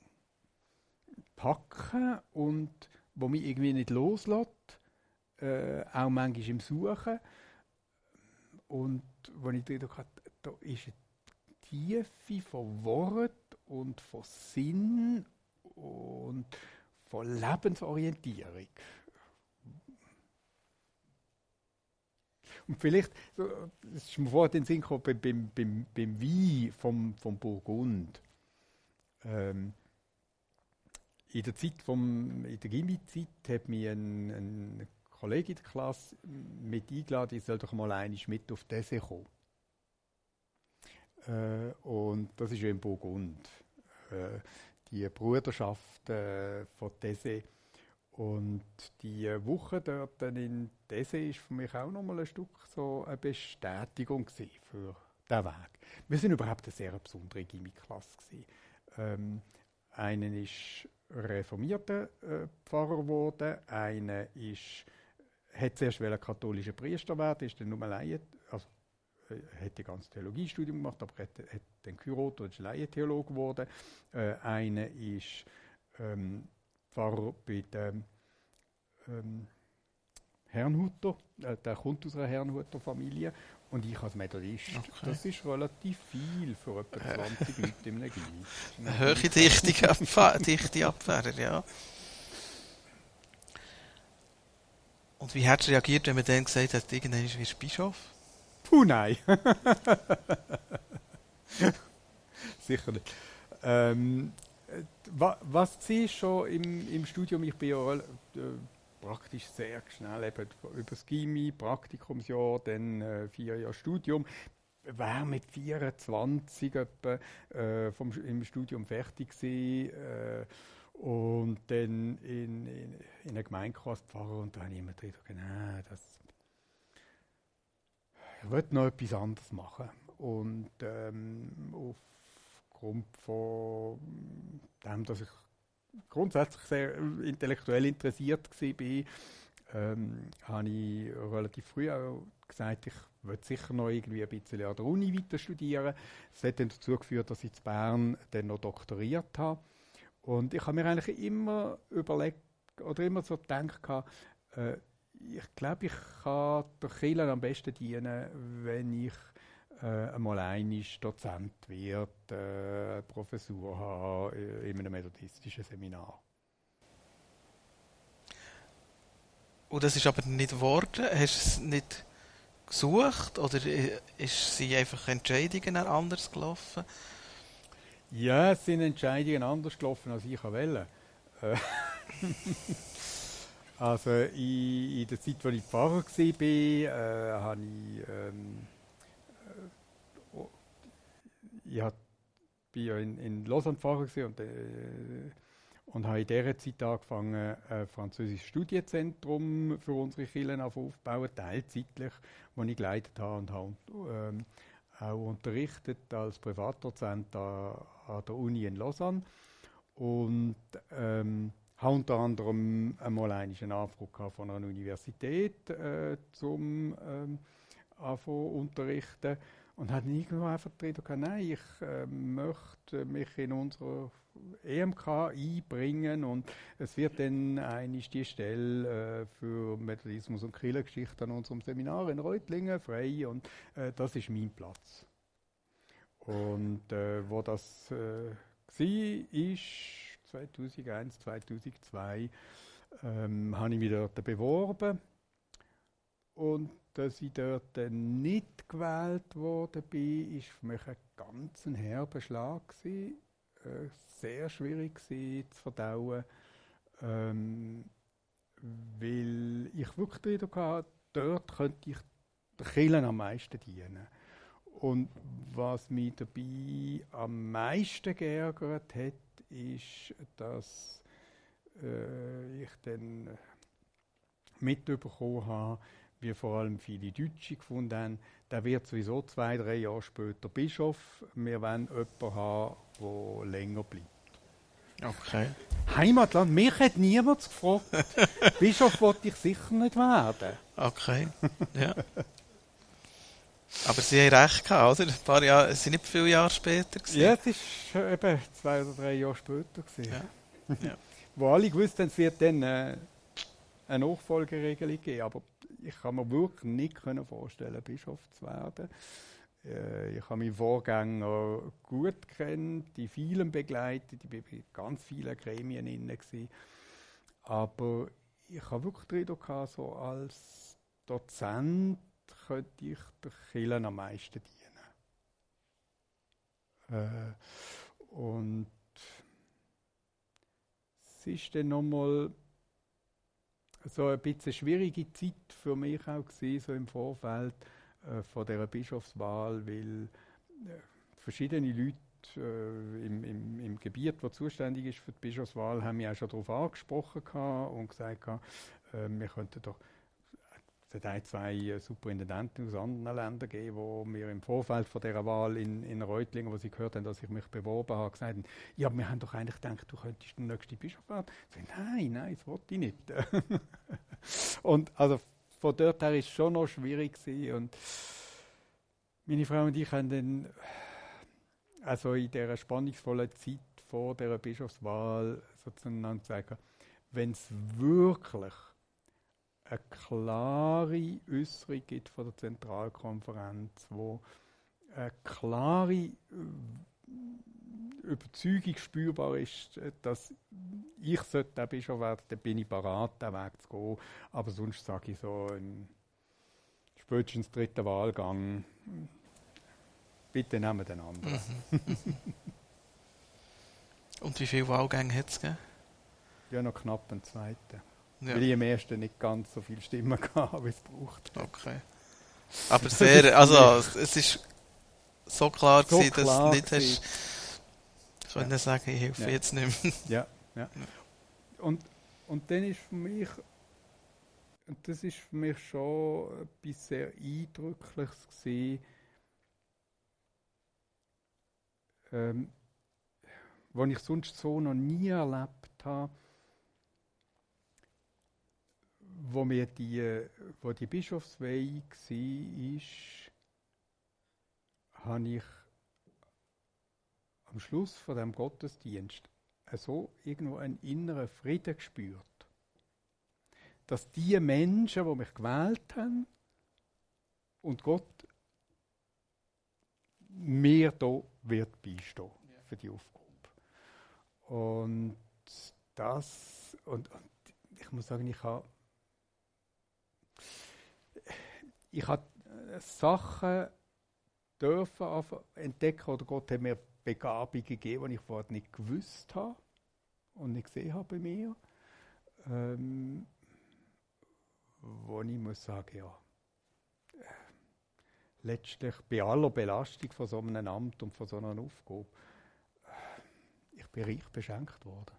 packen und wo mich irgendwie nicht loslässt, äh, auch manchmal im Suchen. Und wenn ich da, da ist eine Tiefe von Wort und von Sinn und von Lebensorientierung. Und vielleicht, das ist mir vorhin in den Sinn gekommen, beim, beim, beim, beim Wein vom, vom Burgund. Ähm, in der Zeit vom, in der Gimmi-Zeit hat mich ein, ein Kollege in der Klasse mit eingeladen, ich soll doch mal einmal mit auf diese kommen. Äh, und das ist ja in Burgund. Äh, die Bruderschaft äh, von Thésée. Und die Woche dort in Thésée war für mich auch nochmal ein Stück so eine Bestätigung für diesen Weg. Wir sind überhaupt eine sehr besondere Gimmiklasse gewesen. Ähm, einer ist reformierter äh, Pfarrer geworden, einer ist, hat zuerst katholischer Priester werden, ist dann nur Laien, also er hat ein ganzes Theologiestudium gemacht, aber er hat, hat dann geheiratet und ist Laientheologe geworden. Äh, einer ist ähm, Pfarrer bei dem ähm, Herrnhuter, äh, der kommt aus einer Herrnhuter Familie und ich als Methodist. Okay. Das ist relativ viel für etwa zwanzig äh. Leute im Gimmi. Eine hohe Dichte, Abwehr, Dichte Abwehrer, ja. Und wie hat er reagiert, wenn man dann gesagt hat, irgendwann wirst du Bischof? Puh, nein. Sicher nicht. Ähm, wa, was war schon im, im Studium? Ich bin ja äh, praktisch sehr schnell eben über das Gimmi, Praktikumsjahr, dann äh, vier Jahre Studium. Wäre mit vierundzwanzig etwa, äh, vom, im Studium fertig gewesen, äh, und dann in, in, in einer Gemeindekreis Pfarrer und da habe ich immer gedacht, nein, das ich wollte noch etwas anderes machen. Und ähm, aufgrund von dem, dass ich grundsätzlich sehr intellektuell interessiert war, ähm, habe ich relativ früh auch gesagt, ich würde sicher noch irgendwie ein bisschen an der Uni weiter studieren. Das hat dann dazu geführt, dass ich in Bern dann noch doktoriert habe. Und ich habe mir eigentlich immer überlegt, oder immer so gedacht, äh, ich glaube, ich kann der Kirche am besten dienen, wenn ich äh, einmal einmal Dozent werde, äh, eine Professur habe in einem methodistischen Seminar. Und das ist aber nicht geworden? Hast du es nicht gesucht oder ist sie einfach Entscheidungen anders gelaufen? Ja, es sind Entscheidungen anders gelaufen, als ich wollte. Also in, in der Zeit, als ich Pfarrer war, äh, habe ich, ähm, äh, oh, ich hab, bin ja in, in Lausanne Pfarrer und, äh, und habe in dieser Zeit angefangen, ein französisches Studienzentrum für unsere Kirchen aufzubauen, teilzeitlich, das ich geleitet habe und habe ähm, auch unterrichtet als Privatdozent an, an der Uni in Lausanne. Und ähm, Ich habe unter anderem einmal eine Anfrage von einer Universität äh, zum ähm, anfangen unterrichten und habe irgendwo einfach gedacht, nein, ich äh, möchte mich in unsere E M K einbringen und es wird dann einmal die Stelle äh, für Methodismus und Kirchengeschichte an unserem Seminar in Reutlingen frei und äh, das ist mein Platz. Und äh, wo das äh, war, ist zweitausendeins, zweitausendzwei ähm, habe ich mich dort beworben und dass ich dort nicht gewählt worden bin, ist für mich ein ganz herber Schlag gewesen, äh, sehr schwierig gewesen zu verdauen, ähm, weil ich wirklich gedacht habe, dort könnte ich der Kirche am meisten dienen. Und was mich dabei am meisten geärgert hat, ist, dass äh, ich dann mitbekommen habe, wie vor allem viele Deutsche gefunden haben, der wird sowieso zwei, drei Jahre später Bischof. Wir wollen jemanden haben, der länger bleibt. Okay. Heimatland, mich hat niemand gefragt. Bischof wollte ich sicher nicht werden. Okay, ja. Aber sie haben recht gehabt, oder? Ein paar Jahre, es sind nicht viele Jahre später gewesen. Ja, es war eben zwei oder drei Jahre später gewesen. Ja. Ja. Wo alle gewusst haben, es wird dann äh, eine Nachfolgeregelung geben. Aber ich kann mir wirklich nicht vorstellen, Bischof zu werden. Äh, ich habe meinen Vorgänger gut kennt, die vielen begleitet, ich war in ganz vielen Gremien inne gewesen. Aber ich habe wirklich drin gehabt, so als Dozent könnte ich der Kirche am meisten dienen. Äh, und es ist dann nochmal so ein bisschen eine schwierige Zeit für mich auch gewesen, so im Vorfeld äh, von dieser Bischofswahl, weil äh, verschiedene Leute äh, im, im, im Gebiet, das zuständig ist für die Bischofswahl, haben mich auch schon darauf angesprochen und gesagt, äh, wir könnten doch es hat ein, zwei Superintendenten aus anderen Ländern gegeben, die mir im Vorfeld von dieser Wahl in, in Reutlingen, wo sie gehört haben, dass ich mich beworben habe, gesagt haben, ja, wir haben doch eigentlich gedacht, du könntest der nächste Bischof werden. Ich sage, nein, nein, das wollte ich nicht. Und also von dort her war es schon noch schwierig gewesen. Und meine Frau und ich haben dann also in dieser spannungsvollen Zeit vor dieser Bischofswahl sozusagen gesagt, wenn es wirklich eine klare Äußerung gibt von der Zentralkonferenz, wo eine klare äh, Überzeugung spürbar ist, dass ich der Bischof werden sollte, dann bin ich bereit, den Weg zu gehen. Aber sonst sage ich so, im spätestens dritten Wahlgang, bitte nehmen den anderen. Und wie viele Wahlgänge hat es gegeben? Ja, noch knapp einen zweiten. Ja. Weil ich im ersten nicht ganz so viele Stimmen hatte, wie es braucht. Okay. Aber sehr, also es ist so klar so gewesen, klar dass du nicht hast, ich würde ja. sagen, ich helfe ja. jetzt nicht mehr. Ja, ja. Und, und dann ist für mich, und das ist für mich schon etwas sehr Eindrückliches gewesen, ähm, was ich sonst so noch nie erlebt habe, wo mir die, wo die Bischofsweihe war, habe ich am Schluss von dem Gottesdienst so irgendwo einen inneren Frieden gespürt. Dass die Menschen, die mich gewählt haben und Gott mir da wird beistehen für die Aufgabe. Und das, und, und ich muss sagen, ich habe Ich habe Sachen dürfen entdecken, oder Gott hat mir Begabungen gegeben, die ich vorher nicht gewusst habe und nicht gesehen habe bei mir. Ähm, wo ich muss sagen, ja, letztlich bei aller Belastung von so einem Amt und von so einer Aufgabe, ich bin reich beschenkt worden.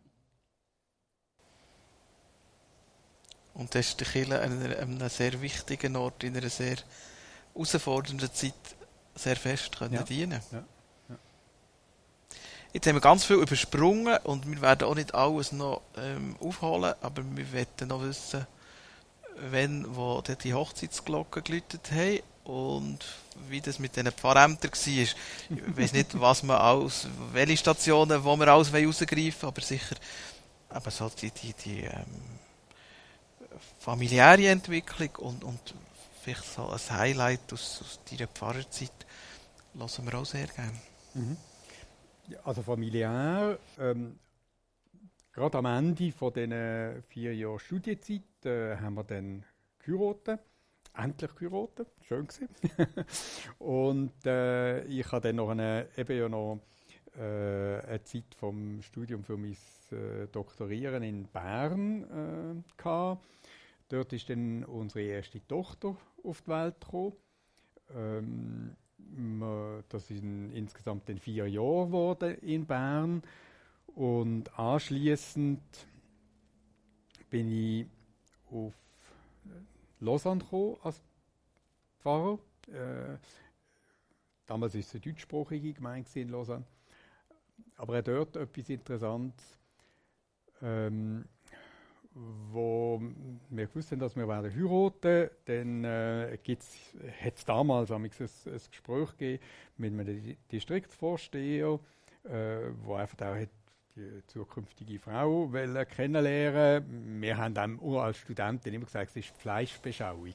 Und das ist die Kirche an einem sehr wichtigen Ort, in einer sehr herausfordernden Zeit sehr fest können ja. dienen. Ja. Ja. Jetzt haben wir ganz viel übersprungen und wir werden auch nicht alles noch ähm, aufholen, aber wir wollen noch wissen, wenn wo die Hochzeitsglocken geläutet haben und wie das mit diesen Pfarrämtern war. Ich weiss nicht, was man alles, welche Stationen, wo wir alles rausgreifen wollen, aber sicher aber so die, die, die ähm, familiäre Entwicklung und, und vielleicht so ein Highlight aus, aus deiner Pfarrerzeit hören wir auch sehr gerne. Mhm. Ja, also familiär, ähm, gerade am Ende von diesen vier Jahren Studienzeit äh, haben wir dann geheiratet. Endlich geheiratet, schön gewesen. Und äh, ich hatte dann noch eine, eben ja noch äh, eine Zeit vom Studium für mein äh, Doktorieren in Bern äh, gehabt. Dort ist dann unsere erste Tochter auf die Welt gekommen. Ähm, das sind insgesamt dann vier Jahre geworden in Bern. Und anschliessend bin ich auf Lausanne gekommen als Pfarrer. Äh, damals war es eine deutschsprachige Gemeinde in Lausanne. Aber auch dort etwas Interessantes. Ähm, wo wir gewusst haben, dass wir werden heiraten, dann äh, hat es damals ein, ein Gespräch gegeben mit einem Distriktsvorsteher, äh, wo einfach auch hat die zukünftige Frau wollen kennenlernen. Wir haben dann als Studenten immer gesagt, es war Fleischbeschauung.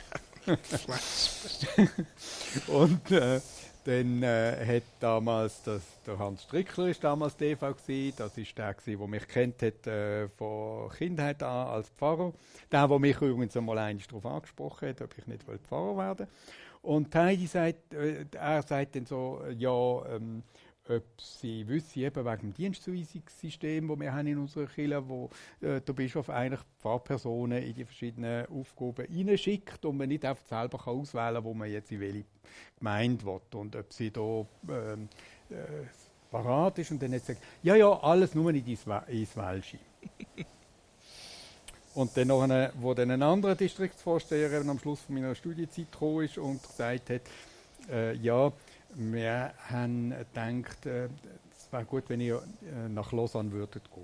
Und äh, dann äh, hat damals, das, der Hans Strickler ist damals D V gewesen, das ist der gewesen, der mich kennt hat äh, von Kindheit an als Pfarrer. Der, der mich übrigens einmal einmal darauf angesprochen hat, ob ich nicht Pfarrer werden will. Und Heidi sagt, äh, er sagt dann so, ja, ähm, ob sie wissen, eben wegen dem Dienstzuweisungssystem, das wir haben in unserer Kirche, wo äh, der Bischof eigentlich die Pfarrpersonen in die verschiedenen Aufgaben hineinschickt und man nicht einfach selber kann auswählen kann, wo man jetzt in welche Gemeinde will. Und ob sie da ähm, äh, parat ist und dann jetzt sagt, ja, ja, alles nur nicht ins, ins Welsche. Und dann noch eine, wo dann ein anderer Distriktsvorsteher am Schluss von meiner Studienzeit gekommen ist und gesagt hat, äh, ja, wir haben gedacht, äh, es wäre gut, wenn ihr äh, nach Lausanne würdet gehen.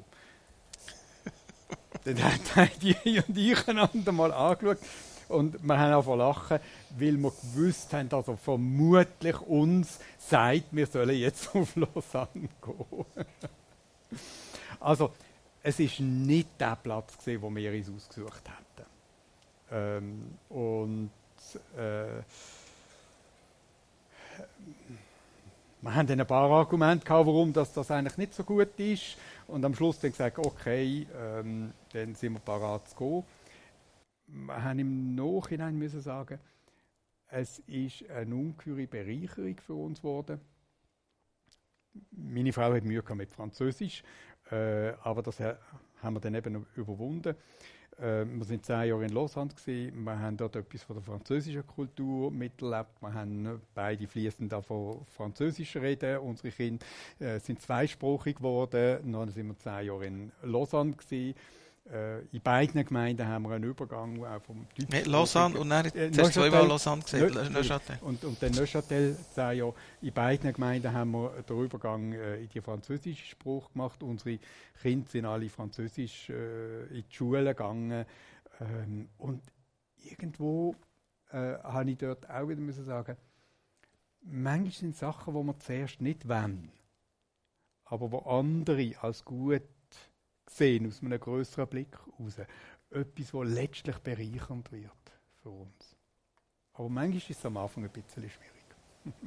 Dann haben die und ich einander mal angeschaut und wir haben auch lachen, weil wir gewusst haben, dass er vermutlich uns sagt, wir sollen jetzt auf Lausanne gehen. Also, es war nicht der Platz, gewesen, wo wir uns ausgesucht hätten. Ähm, und äh, wir haben dann ein paar Argumente gehabt, warum das, das eigentlich nicht so gut ist. Und am Schluss dann gesagt, okay, ähm, dann sind wir parat zu gehen. Wir haben im Nachhinein müssen sagen, es ist eine ungeheure Bereicherung für uns geworden. Meine Frau hat Mühe mit Französisch, äh, aber das ha- haben wir dann eben überwunden. Äh, wir waren zehn Jahre in Lausanne gewesen. Wir haben dort etwas von der französischen Kultur miterlebt. Wir haben beide fließend von Französisch reden. Unsere Kinder äh, sind zweisprachig geworden. Dann sind wir zehn Jahre in Lausanne gewesen. Äh, in beiden Gemeinden haben wir einen Übergang auch vom Deutsch. Lausanne und dann äh, zuerst zweimal Lausanne gesehen, Neu- Neuchâtel. Und, und dann Neuchâtel, zehn Jahre. In beiden Gemeinden haben wir den Übergang äh, in die französische Sprache gemacht. Unsere Kinder sind alle französisch äh, in die Schule gegangen. Ähm, und irgendwo äh, habe ich dort auch wieder müssen sagen, manchmal sind Sachen, die wir zuerst nicht wollen, aber wo andere als gut sehen, aus einem grösseren Blick heraus. Etwas, das letztlich bereichernd wird für uns. Aber manchmal ist es am Anfang ein bisschen schwierig.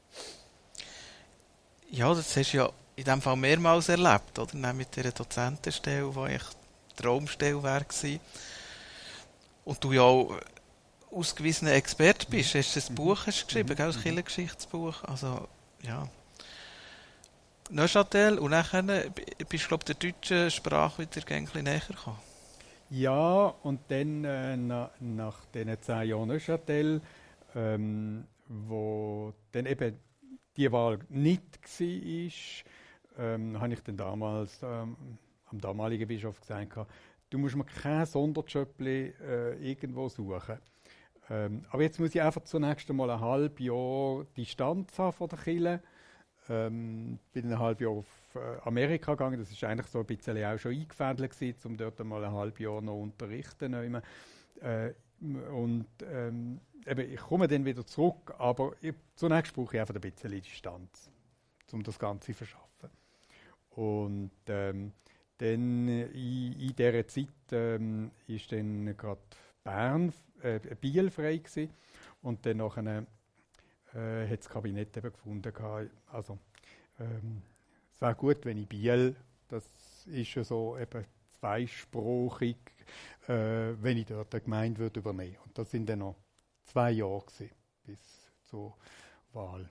Ja, das hast du ja in diesem Fall mehrmals erlebt, oder? Nämlich mit dieser Dozentenstelle, die eigentlich die Traumstelle wäre gewesen. Und du ja auch ausgewiesener Experte bist. Hast du ein Buch hast geschrieben, gell, ein Kirchengeschichtsbuch. Also, ja. Neuchâtel und dann bist du, glaube ich, der deutschen Sprache wieder ein bisschen näher gekommen. Ja, und dann äh, na, nach diesen zehn Jahren Neuchâtel, ähm, wo dann eben die Wahl nicht war, ähm, habe ich dann damals ähm, am damaligen Bischof gesagt, du musst mir kein Sonderjob äh, irgendwo suchen. Ähm, aber jetzt muss ich einfach zunächst einmal ein halbes Jahr Distanz haben von der Kirche. Ähm, bin ein halbes Jahr auf äh, Amerika gegangen. Das war eigentlich so ein bisschen auch schon eingefädelt gewesen, um dort mal ein halbes Jahr noch unterrichten. Äh, und ähm, eben, ich komme dann wieder zurück, aber ich, zunächst brauche ich einfach ein bisschen Distanz, um das Ganze zu verschaffen. Und ähm, dann in, in dieser Zeit ähm, ist dann gerade Bern, äh, Biel frei gewesen. Und dann nachher Äh, hat das Kabinett eben gefunden, also ähm, es wäre gut, wenn ich Biel, das ist ja so eben zweisprachig, äh, wenn ich dort eine Gemeinde würde übernehmen. Und das sind dann noch zwei Jahre gewesen, bis zur Wahl.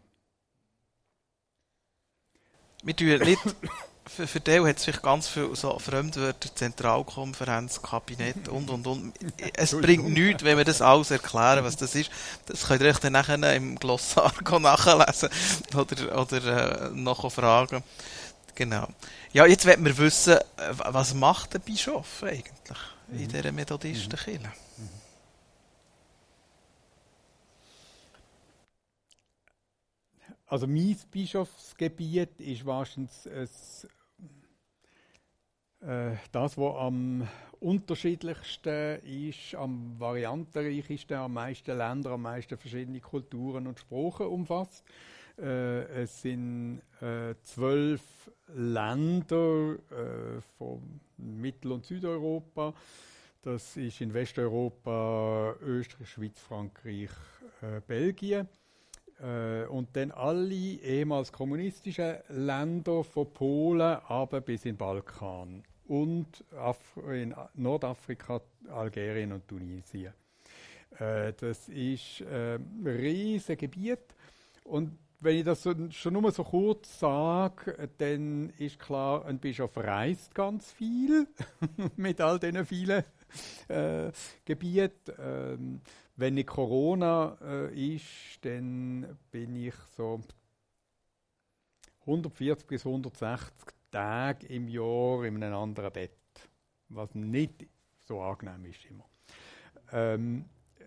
Wir tun nicht, für, für den hat es vielleicht ganz viele so Fremdwörter, Zentralkonferenz, Kabinett und und und. Es bringt nichts, wenn wir das alles erklären, was das ist. Das könnt ihr euch dann nachher im Glossar nachlesen oder, oder äh, noch fragen. Genau. Ja, jetzt wollen wir wissen, was macht der Bischof eigentlich mhm. in dieser Methodistenkirche? Mhm. Also mein Bischofsgebiet ist wahrscheinlich es, äh, das, was am unterschiedlichsten ist, am variantenreichsten, am meisten Länder, am meisten verschiedene Kulturen und Sprachen umfasst. Äh, es sind äh, zwölf Länder äh, von Mittel- und Südeuropa. Das ist in Westeuropa Österreich, Schweiz, Frankreich, äh, Belgien. Äh, und dann alle ehemals kommunistischen Länder von Polen aber bis in den Balkan und Af- in Nordafrika, Algerien und Tunesien. Äh, das ist äh, ein riesiges Gebiet und wenn ich das so, schon nur so kurz sage, dann ist klar, ein Bischof reist ganz viel mit all diesen vielen äh, Gebieten. Ähm, wenn nicht Corona äh, ist, dann bin ich so hundertvierzig bis hundertsechzig Tage im Jahr in einem anderen Bett, was nicht so angenehm ist immer. Ähm,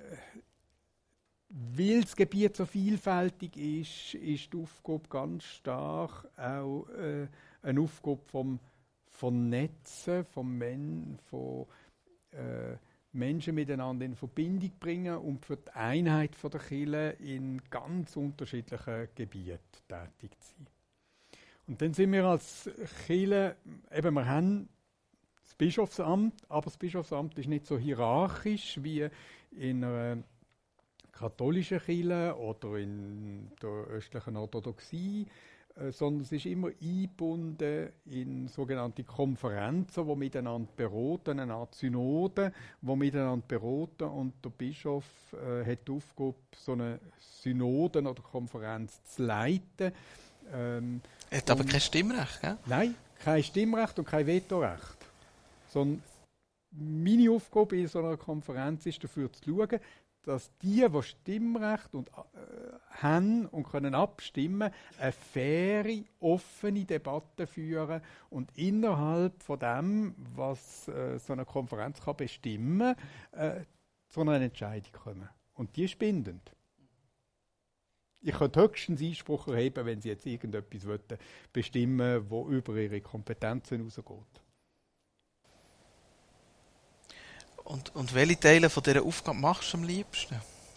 Weil das Gebiet so vielfältig ist, ist die Aufgabe ganz stark auch äh, eine Aufgabe vom Vernetzen, vom Men von äh, Menschen miteinander in Verbindung bringen und für die Einheit von der Kirche in ganz unterschiedlichen Gebieten tätig zu sein. Und dann sind wir als Kirche, eben wir haben das Bischofsamt, aber das Bischofsamt ist nicht so hierarchisch wie in einer katholischen Kirche oder in der östlichen Orthodoxie, äh, sondern es ist immer eingebunden in sogenannte Konferenzen, die miteinander beraten, eine Art Synode, die miteinander beraten, und der Bischof äh, hat die Aufgabe, so eine Synode oder Konferenz zu leiten. Ähm, er hat aber kein Stimmrecht, gell? Nein, kein Stimmrecht und kein Vetorecht. Sondern meine Aufgabe in so einer Konferenz ist, dafür zu schauen, dass die, die Stimmrecht und, äh, haben und können abstimmen, eine faire, offene Debatte führen und innerhalb von dem, was äh, so eine Konferenz kann bestimmen kann, äh, zu einer Entscheidung kommen. Und die ist bindend. Ich könnte höchstens Einspruch erheben, wenn Sie jetzt irgendetwas bestimmen wollen, wo über Ihre Kompetenzen hinausgeht. Und, und welche Teile von dieser Aufgabe machst du am liebsten?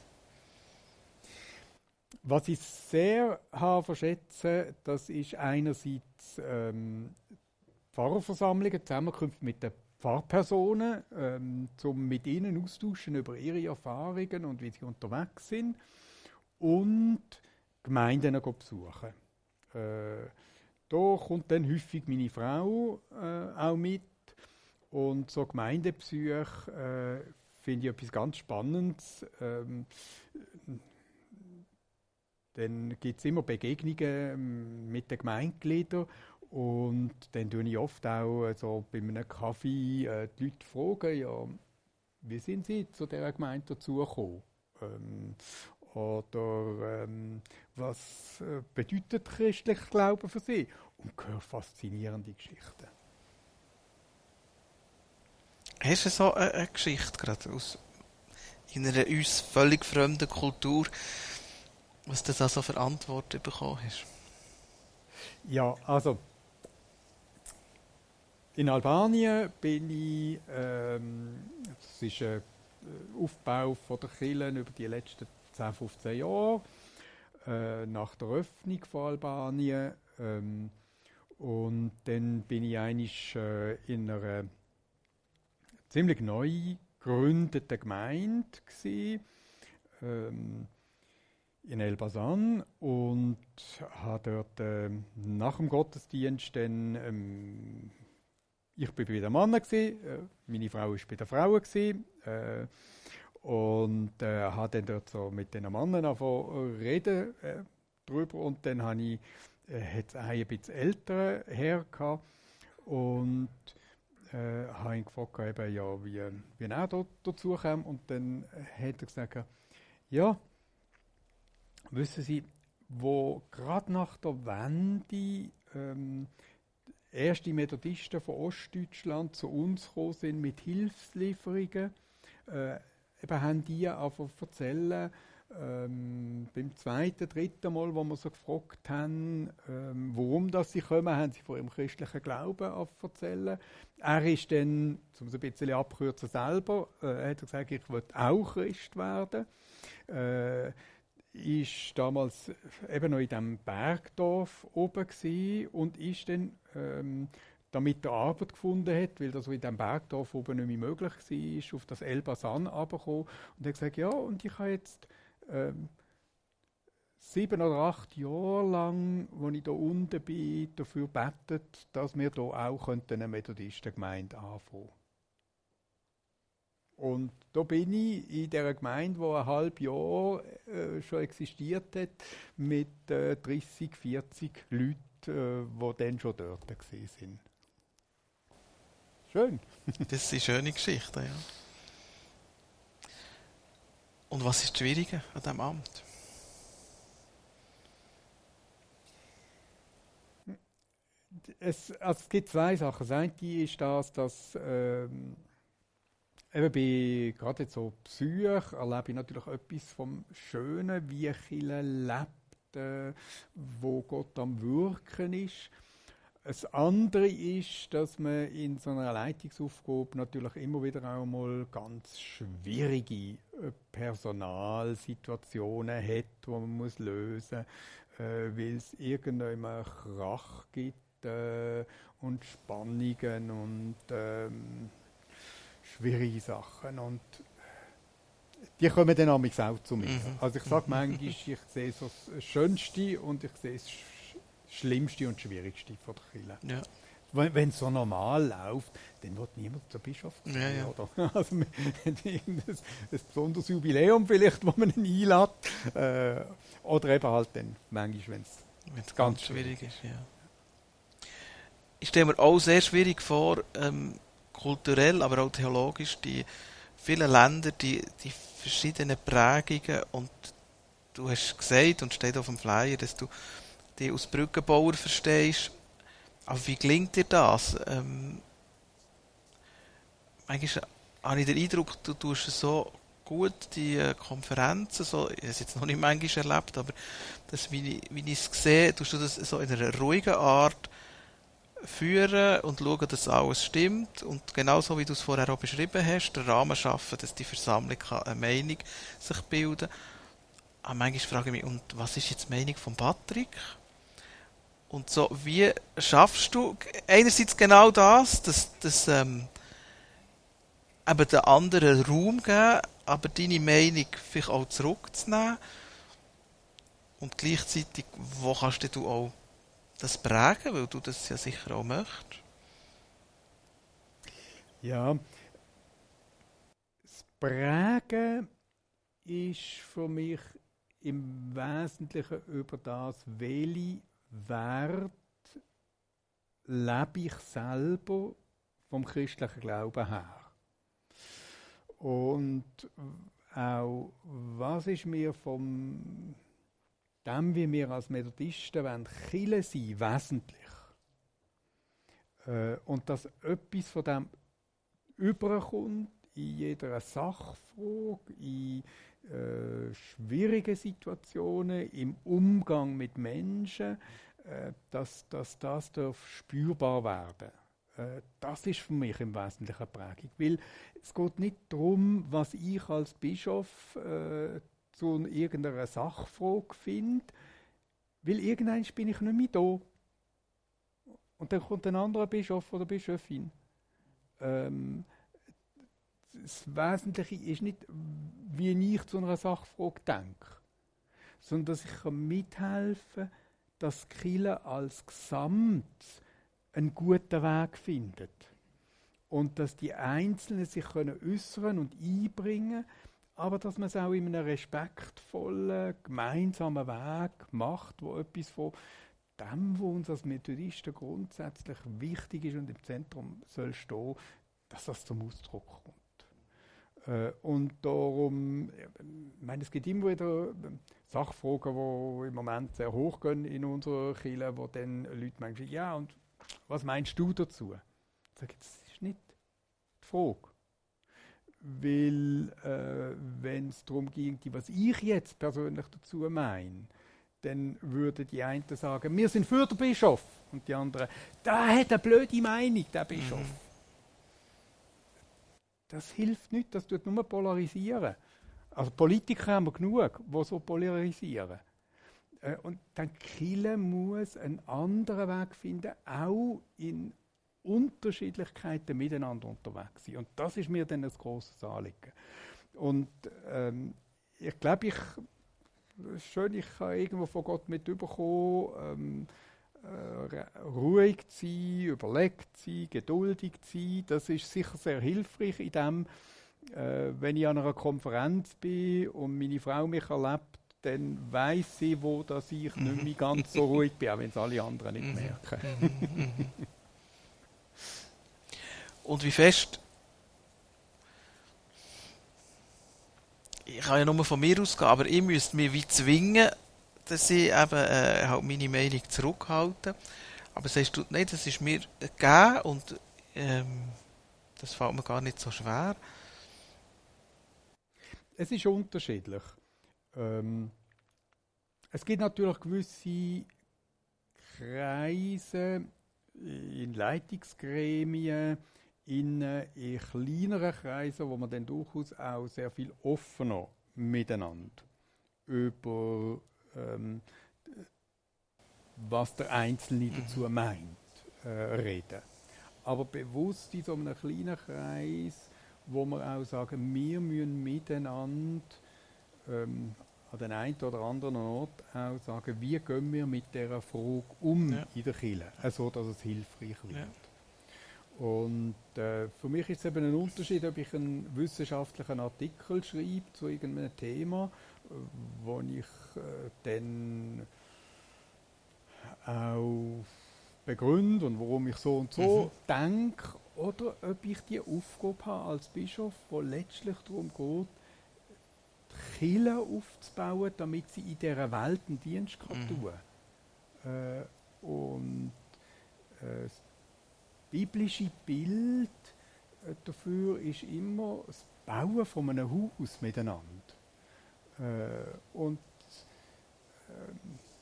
Was ich sehr habe verschätze, das ist einerseits ähm, Pfarrerversammlungen, Zusammenkünfte mit den Pfarrpersonen, ähm, um mit ihnen austauschen über ihre Erfahrungen und wie sie unterwegs sind, und Gemeinden besuchen. Äh, da kommt dann häufig meine Frau äh, auch mit. Und so Gemeindebesuche äh, finde ich etwas ganz Spannendes. Ähm, dann gibt es immer Begegnungen mit den Gemeindegliedern, und dann tue ich oft auch äh, so bei einem Kaffee äh, die Leute fragen, ja, wie sind sie zu dieser Gemeinde dazugekommen? Ähm, oder ähm, was äh, bedeutet christlicher Glaube für sie? Und höre faszinierende Geschichten. Hast du so eine, eine Geschichte, gerade aus in einer uns völlig fremden Kultur, was du da so für Antworten bekommen hast? Ja, also in Albanien bin ich, ähm, das ist ein Aufbau von der Kirche über die letzten zehn, fünfzehn Jahre, äh, nach der Öffnung von Albanien. Ähm, und dann bin ich eigentlich äh, in einer ziemlich neu gegründeten Gemeinde gewesen, ähm, in Elbasan, und habe dort äh, nach dem Gottesdienst dann, ähm, ich bin bei den Männern gewesen, äh, meine Frau war bei den Frauen gewesen, äh, und äh, habe dann dort so mit den Männern angefangen reden äh, drüber, und dann habe ich äh, hat's ein bisschen ältere Herr gehabt, und äh, habe ihn gefragt, eben, ja, wie, wie er da, dazu kam, und dann hat er gesagt, ja, wissen Sie, wo gerade nach der Wende ähm, erste Methodisten von Ostdeutschland zu uns gekommen sind mit Hilfslieferungen, äh, eben haben die angefangen zu erzählen, ähm, beim zweiten, dritten Mal, wo wir so gefragt haben, ähm, warum das sie kommen, haben sie von ihrem christlichen Glauben angefangen zu erzählen. Er ist dann, um es ein bisschen abkürzen selber, äh, hat er gesagt, ich will auch Christ werden. Äh, ist damals eben noch in diesem Bergdorf oben gewesen und ist dann, ähm, damit er Arbeit gefunden hat, weil das in diesem Bergdorf oben nicht mehr möglich war, auf das Elbasan runtergekommen und hat gesagt, ja, und ich habe jetzt ähm, sieben oder acht Jahre lang, als ich hier unten bin, dafür gebetet, dass wir hier auch eine Methodistengemeinde anfangen. Und da bin ich in dieser Gemeinde, die ein halbes Jahr äh, schon existiert hat, mit äh, dreißig, vierzig Leuten, äh, die dann schon dort waren. Schön. Das sind schöne Geschichten, ja. Und was ist das Schwierige an diesem Amt? Es, also es gibt zwei Sachen. Das eine ist das, dass ähm, eben bei gerade jetzt so Psyche erlebe ich natürlich etwas vom Schönen, wie Kirche lebt, äh, wo Gott am Wirken ist. Das andere ist, dass man in so einer Leitungsaufgabe natürlich immer wieder auch mal ganz schwierige äh, Personalsituationen hat, die man muss lösen muss, äh, weil es irgendwann Krach gibt äh, und Spannungen und ähm, schwierige Sachen. Und die kommen dann auch zu mir. Mhm. Also ich sage manchmal, ich sehe so das Schönste und ich sehe das Schlimmste und Schwierigste von der Kirche. Ja. Wenn es so normal läuft, dann wird niemand zum Bischof gehen. Ja, ja. Oder? Also man hat irgendein ein besonderes Jubiläum vielleicht, wo man ihn einlädt. Äh, oder eben halt dann manchmal, wenn es ganz, ganz schwierig ist. Ja. Ich stelle mir auch sehr schwierig vor, ähm, kulturell, aber auch theologisch, die vielen Länder, die, die verschiedenen Prägungen, und du hast gesagt und steht auf dem Flyer, dass du die als Brückenbauer verstehst. Aber wie gelingt dir das? Ähm, manchmal habe ich den Eindruck, du tust so gut die äh, Konferenzen, so, ich habe es jetzt noch nicht manchmal erlebt, aber das, wie, ich, wie ich es sehe, tust du das so in einer ruhigen Art führen und schauen, dass alles stimmt, und genauso wie du es vorher auch beschrieben hast, den Rahmen schaffen, dass die Versammlung kann eine Meinung sich bilden kann. Aber manchmal frage ich mich, und was ist jetzt die Meinung von Patrick? Und so, wie schaffst du einerseits genau das, dass, dass ähm, eben den anderen Raum geben, aber deine Meinung vielleicht auch zurückzunehmen, und gleichzeitig, wo kannst du auch das prägen, weil du das ja sicher auch möchtest? Ja, das Prägen ist für mich im Wesentlichen über das, welche Wert lebe ich selber vom christlichen Glauben her. Und auch, was ist mir vom dem, wie wir als Methodisten wollen, Kirche sein, wesentlich. Äh, und dass etwas von dem überkommt in jeder Sachfrage, in äh, schwierigen Situationen, im Umgang mit Menschen, äh, dass, dass das darf spürbar werden. Äh, das ist für mich im Wesentlichen Prägung. Weil es geht nicht darum, was ich als Bischof äh, zu irgendeiner Sachfrage finde, weil irgendwann bin ich nicht mehr da. Und dann kommt ein anderer Bischof oder Bischöfin. Ähm, das Wesentliche ist nicht, wie ich zu einer Sachfrage denke, sondern dass ich mithelfen kann, dass die Kirche als Gesamt einen guten Weg findet. Und dass die Einzelnen sich können äußern und einbringen, aber dass man es auch in einem respektvollen, gemeinsamen Weg macht, wo etwas von dem, was uns als Methodisten grundsätzlich wichtig ist und im Zentrum soll stehen, dass das zum Ausdruck kommt. Äh, und darum, ich meine, es gibt immer wieder Sachfragen, die im Moment sehr hoch gehen in unserer Kirche, wo dann Leute meinen, ja, und was meinst du dazu? Ich sage, das ist nicht die Frage. Weil, äh, wenn es darum ging, was ich jetzt persönlich dazu meine, dann würden die einen sagen, wir sind für den Bischof. Und die anderen, der hat eine blöde Meinung, der Bischof. Mhm. Das hilft nicht, das tut nur polarisieren. Also Politiker haben wir genug, die so polarisieren. Äh, und dann Kirche muss einen anderen Weg finden, auch in Unterschiedlichkeiten miteinander unterwegs sein. Und das ist mir dann ein grosses Anliegen. Und ähm, ich glaube, ich, schön, ich kann irgendwo von Gott mit überkommen, ähm, äh, ruhig zu sein, überlegt zu sein, geduldig zu sein. Das ist sicher sehr hilfreich in dem, Äh, wenn ich an einer Konferenz bin und meine Frau mich erlebt, dann weiss sie, wo dass ich nicht mehr ganz so ruhig bin, auch wenn es alle anderen nicht merken. Und wie fest... Ich kann ja nur von mir ausgehen, aber ich müsste mich wie zwingen, dass ich eben äh, halt meine Meinung zurückhalte. Aber sagst du, nein, das ist mir gegeben und ähm, das fällt mir gar nicht so schwer. Es ist unterschiedlich. Ähm, es gibt natürlich gewisse Kreise in Leitungsgremien, in, in kleineren Kreisen, wo man dann durchaus auch sehr viel offener miteinander über ähm, was der Einzelne dazu meint, äh, reden. Aber bewusst in so einem kleinen Kreis, wo wir auch sagen, wir müssen miteinander ähm, an den einen oder anderen Ort auch sagen, wie gehen wir mit dieser Frage um ja. in der Kirche, so dass es hilfreich wird. Ja. Und äh, für mich ist es eben ein Unterschied, ob ich einen wissenschaftlichen Artikel schreibe zu irgendeinem Thema, äh, wo ich äh, dann auch begründe und warum ich so und so mhm. denke, oder ob ich die Aufgabe habe als Bischof, wo letztlich darum geht, die Kirche aufzubauen, damit sie in dieser Welt einen Dienst kann mhm. tun kann. Äh, und äh, das biblische Bild äh, dafür ist immer das Bauen von einem Haus miteinander. Äh, und äh,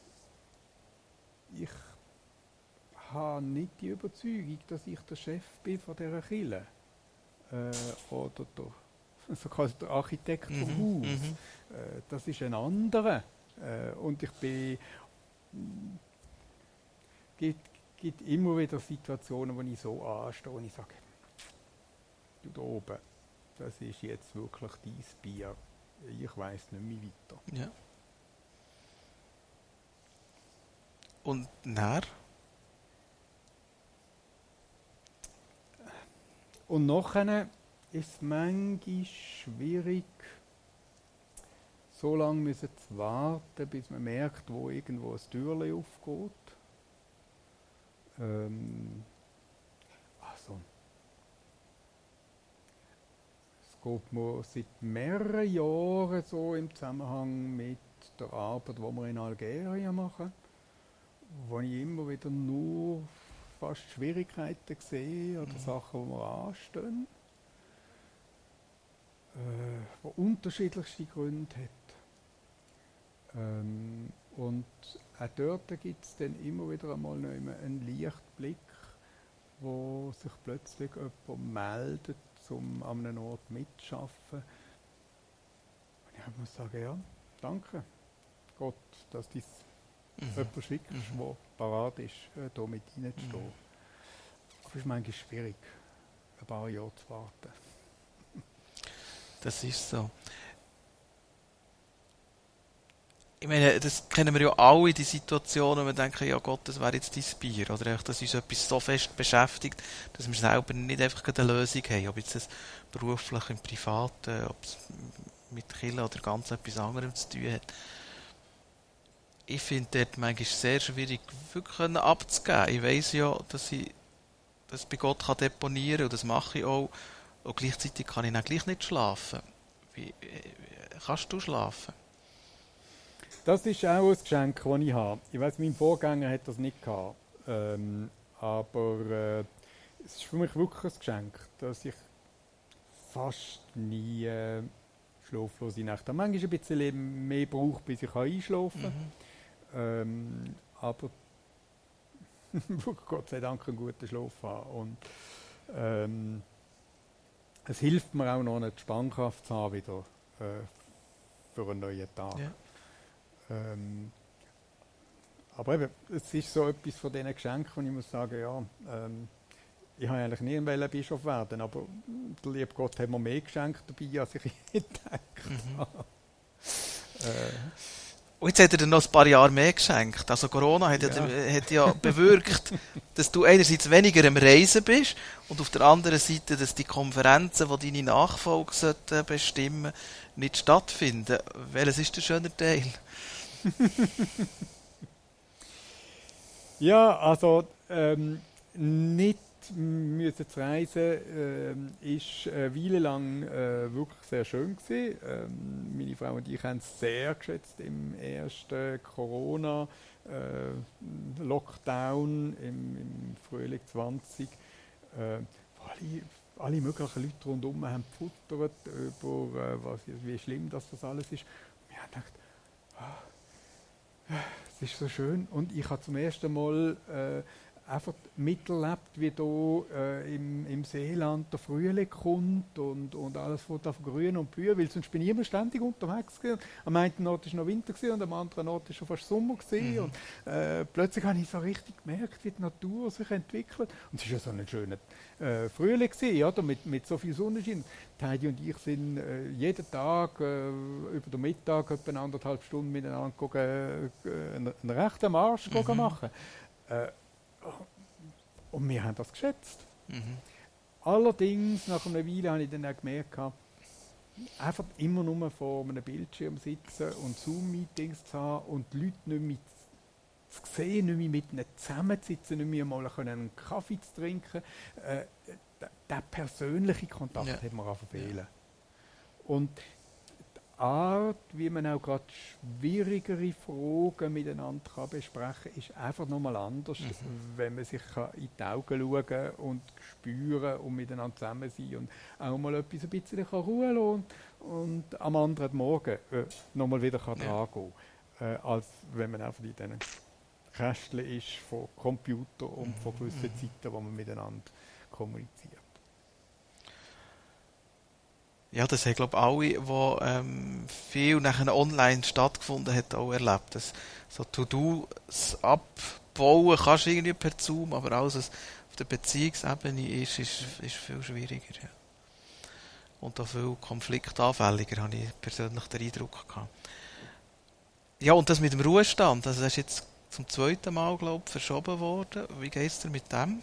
ich habe nicht die Überzeugung, dass ich der Chef bin von dieser Kirche. Äh, oder der, so quasi der Architekt vom mhm, Haus. Mhm. Äh, das ist ein anderer. Äh, und ich bin... Es gibt immer wieder Situationen, wo ich so anstehe und ich sage, du da oben, das ist jetzt wirklich dein Bier. Ich weiss nicht mehr weiter. Ja. Und nachher? Und nachher ist es manchmal schwierig, so lange müssen zu warten, bis man merkt, wo irgendwo ein Türchen aufgeht. Ähm, also, es geht mir seit mehreren Jahren so im Zusammenhang mit der Arbeit, die wir in Algerien machen, wo ich immer wieder nur fast Schwierigkeiten sehe oder mhm. Sachen, die mir anstehen, äh, die unterschiedlichste Gründe haben. Ähm, und auch dort gibt es dann immer wieder einmal einen Lichtblick, wo sich plötzlich jemand meldet, um an einem Ort mitzuarbeiten. Und ich muss sagen, ja, danke Gott, dass du mhm. jemanden schickst, mhm. der parat ist, hier mit reinzustehen. Mhm. Aber es ist manchmal schwierig, ein paar Jahre zu warten. Das ist so. Ich meine, das kennen wir ja alle, die Situationen, wo wir denken, ja Gott, das wäre jetzt dein Bier. Oder einfach, dass uns etwas so fest beschäftigt, dass wir selber nicht einfach eine Lösung haben. Ob jetzt das beruflich, im Privaten, ob es mit Kirche oder ganz etwas anderem zu tun hat. Ich finde dort manchmal sehr schwierig, wirklich abzugeben. Ich weiss ja, dass ich das bei Gott kann deponieren kann und das mache ich auch. Und gleichzeitig kann ich dann gleich nicht schlafen. Wie, wie kannst du schlafen? Das ist auch ein Geschenk, das ich habe. Ich weiss, mein Vorgänger hat das nicht gehabt. Ähm, aber äh, es ist für mich wirklich ein Geschenk, dass ich fast nie äh, schlaflose Nächte habe. Manchmal ein bisschen mehr brauche, bis ich einschlafen kann. Mhm. Ähm, aber Gott sei Dank einen guten Schlaf haben. Und ähm, es hilft mir auch noch, eine Spannkraft zu haben wieder äh, für einen neuen Tag. Ja. Ähm, aber eben, es ist so etwas von diesen Geschenken, und ich muss sagen, ja, ähm, ich habe eigentlich nie ein Bischof werden, aber der liebe Gott hat mir mehr geschenkt dabei, als ich gedacht mhm. habe. äh, Und jetzt hat er dir noch ein paar Jahre mehr geschenkt. Also Corona hat ja, ja, hat ja bewirkt, dass du einerseits weniger am Reisen bist und auf der anderen Seite, dass die Konferenzen, die deine Nachfolge sollten bestimmen, nicht stattfinden. Welches ist der schöne Teil? Ja, also ähm, nicht müssen zu reisen äh, ist eine Weile lang äh, wirklich sehr schön gewesen. Ähm, meine Frau und ich haben es sehr geschätzt im ersten Corona äh, Lockdown im, im Frühling zwanzig, äh, wo alle, alle möglichen Leute rundherum haben gefuttert über äh, was, wie schlimm das, das alles ist. Und wir haben gedacht, ah, es ist so schön, und ich habe zum ersten Mal äh, einfach miterlebt, wie hier äh, im, im Seeland der Frühling kommt und, und alles fängt an grün und blühen, weil sonst bin ich immer ständig unterwegs gewesen. Am einen Ort war noch Winter gewesen, und am anderen Ort war schon fast Sommer gewesen. Mhm. Und äh, plötzlich habe ich so richtig gemerkt, wie die Natur sich entwickelt. Und es war ja so ein schöner äh, Frühling gewesen, oder? Mit, mit so viel Sonnenschein. Heidi und ich sind äh, jeden Tag äh, über den Mittag etwa anderthalb Stunden miteinander gucken, äh, einen, einen rechten Marsch mhm. machen. Äh, Und wir haben das geschätzt. Mhm. Allerdings, nach einer Weile habe ich dann auch gemerkt, einfach immer nur vor einem Bildschirm sitzen und Zoom-Meetings zu haben und die Leute nicht mehr zu sehen, nicht mehr mit ihnen zusammenzusitzen, nicht mehr mal einen Kaffee zu trinken. Äh, der persönliche Kontakt ja. hat man auch verfehlen. Ja. Und die Art, wie man auch gerade schwierigere Fragen miteinander kann besprechen kann, ist einfach nochmal anders, mhm. wenn man sich kann in die Augen schauen kann und spüren und miteinander zusammen sein und auch mal etwas ein bisschen Ruhe lassen und, und am anderen Morgen äh, nochmal wieder kann ja. dran gehen kann, äh, als wenn man einfach in diesen Kästchen ist von Computer und von gewissen mhm. Zeiten, wo man miteinander kommuniziert. Ja, das haben, glaube ich, alle, wo ähm, viel nachher online stattgefunden hat, auch erlebt. Das, so To-Dos abbauen kannst du irgendwie per Zoom, aber alles, was auf der Beziehungsebene ist, ist, ist viel schwieriger. Ja. Und auch viel konfliktanfälliger, habe ich persönlich den Eindruck gehabt. Ja, und das mit dem Ruhestand, also das ist jetzt zum zweiten Mal, glaube ich, verschoben worden. Wie geht es dir mit dem?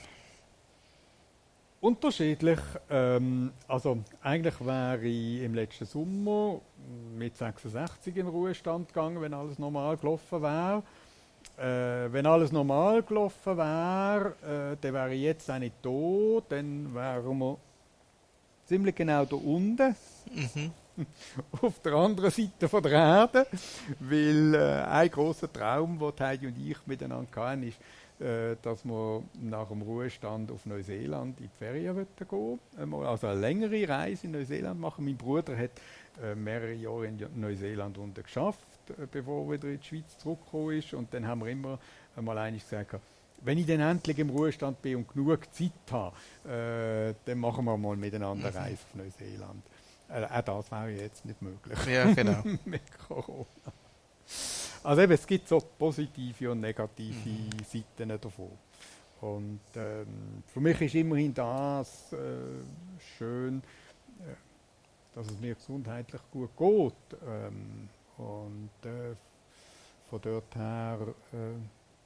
Unterschiedlich. Ähm, also eigentlich wäre ich im letzten Sommer mit sechsundsechzig in den Ruhestand gegangen, wenn alles normal gelaufen wäre. Äh, wenn alles normal gelaufen wäre, äh, dann wäre ich jetzt auch nicht da, dann wären wir ziemlich genau da unten, mhm. auf der anderen Seite von der Erde, weil äh, ein grosser Traum, den Heidi und ich miteinander hatten, ist, dass wir nach dem Ruhestand auf Neuseeland in die Ferien gehen wollen. Also eine längere Reise in Neuseeland machen. Mein Bruder hat äh, mehrere Jahre in Neuseeland unten geschafft, äh, bevor er wieder in die Schweiz zurückgekommen ist. Und dann haben wir immer einmal einig gesagt, wenn ich dann endlich im Ruhestand bin und genug Zeit habe, äh, dann machen wir mal miteinander eine Reise auf Neuseeland. Äh, auch das wäre jetzt nicht möglich. Ja, genau. Mit Corona. Also eben, es gibt so positive und negative mhm. Seiten davon. Und ähm, für mich ist immerhin das äh, schön, äh, dass es mir gesundheitlich gut geht. Ähm, und äh, von dort her äh,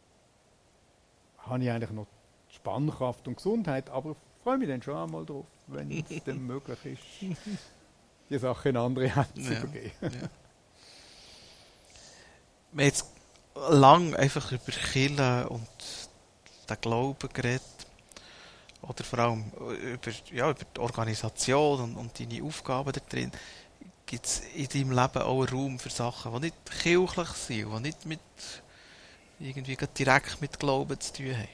habe ich eigentlich noch Spannkraft und Gesundheit, aber ich freue mich dann schon einmal drauf, wenn es dann möglich ist, die Sache in andere Hände zu übergeben. Ja, ja. Wir haben jetzt lange einfach über Kirche und den Glauben geredet. Oder vor allem über, ja, über die Organisation und, und deine Aufgaben da drin. Gibt es in deinem Leben auch einen Raum für Sachen, die nicht kirchlich sind, die nicht mit, irgendwie direkt mit Glauben zu tun haben?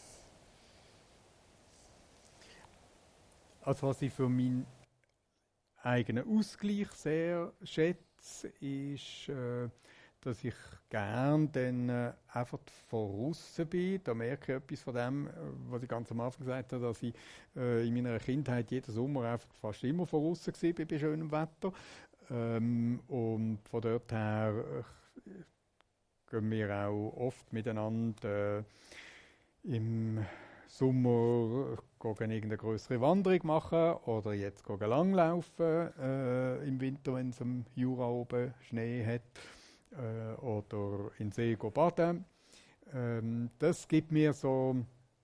Also was ich für meinen eigenen Ausgleich sehr schätze, ist, äh, dass ich gerne dann äh, einfach von aussen bin. Da merke ich etwas von dem, was ich ganz am Anfang gesagt habe, dass ich äh, in meiner Kindheit jeden Sommer einfach fast immer von aussen war bei schönem Wetter. Ähm, und von dort her äh, gehen wir auch oft miteinander äh, im Sommer gehen irgendeine größere Wanderung machen oder jetzt gehen langlaufen äh, im Winter, wenn es am Jura oben Schnee hat. äh, oder in den See go baden. Ähm, das gibt mir so,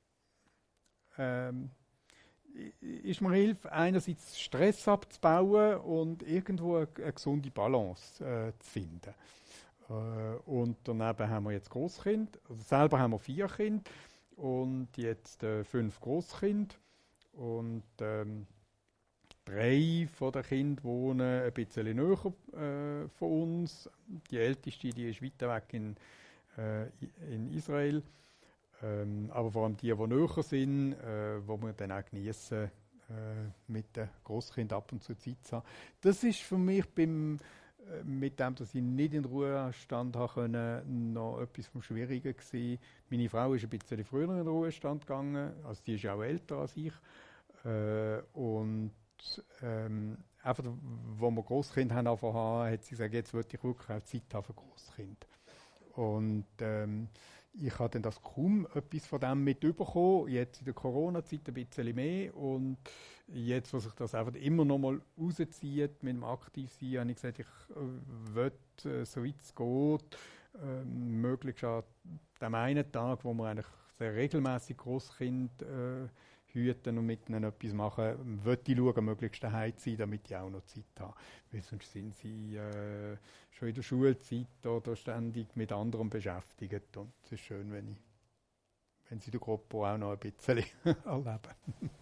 ähm, ist mir Hilfe, einerseits Stress abzubauen und irgendwo eine, eine gesunde Balance äh, zu finden. Äh, und daneben haben wir jetzt Großkind. Also selber haben wir vier Kinder und jetzt äh, fünf Großkinder. Und ähm, drei von den Kindern wohnen ein bisschen näher äh, von uns. Die älteste, die ist weiter weg in, äh, in Israel. Ähm, aber vor allem die, die näher sind, äh, wo wir dann auch genießen, äh, mit den Grosskindern ab und zu Zeit zu haben. Das ist für mich beim, äh, mit dem, dass ich nicht in den Ruhestand haben konnte, noch etwas vom Schwierigen gewesen. Meine Frau ist ein bisschen früher in den Ruhestand gegangen, also die ist auch älter als ich. Äh, und ähm, einfach, wo wir Grosskind haben, haben, hat sie gesagt, jetzt würde ich wirklich auch Zeit haben für Grosskind. Und ähm, ich habe dann das kaum etwas von dem mitbekommen, jetzt in der Corona-Zeit ein bisschen mehr. Und jetzt, wo sich das einfach immer noch mal rauszieht mit dem Aktivsein, habe ich gesagt, ich äh, will, äh, so weit es geht, äh, möglichst an dem einen Tag, wo wir eigentlich sehr regelmäßig Grosskind äh, hüten und mit ihnen etwas machen, würde ich schauen, möglichst daheim zu sein, damit ich auch noch Zeit habe. Weil sonst sind sie äh, schon in der Schulzeit oder ständig mit anderen beschäftigt. Und es ist schön, wenn, ich, wenn sie den Gruppo auch noch ein bisschen erleben.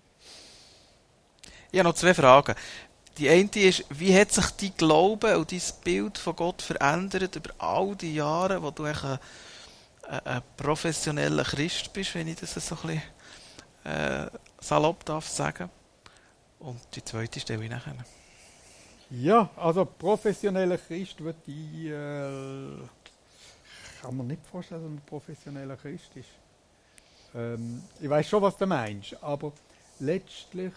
Ich habe noch zwei Fragen. Die eine ist, wie hat sich dein Glaube und dein Bild von Gott verändert über all die Jahre, wo du ein, ein, ein professioneller Christ bist, wenn ich das so ein bisschen äh, salopp darf sagen. Und die zweite stelle ich nachher. Ja, also professioneller Christ würde ich, äh, kann man nicht vorstellen, dass ein professioneller Christ ist. Ähm, ich weiß schon, was du meinst, aber letztlich,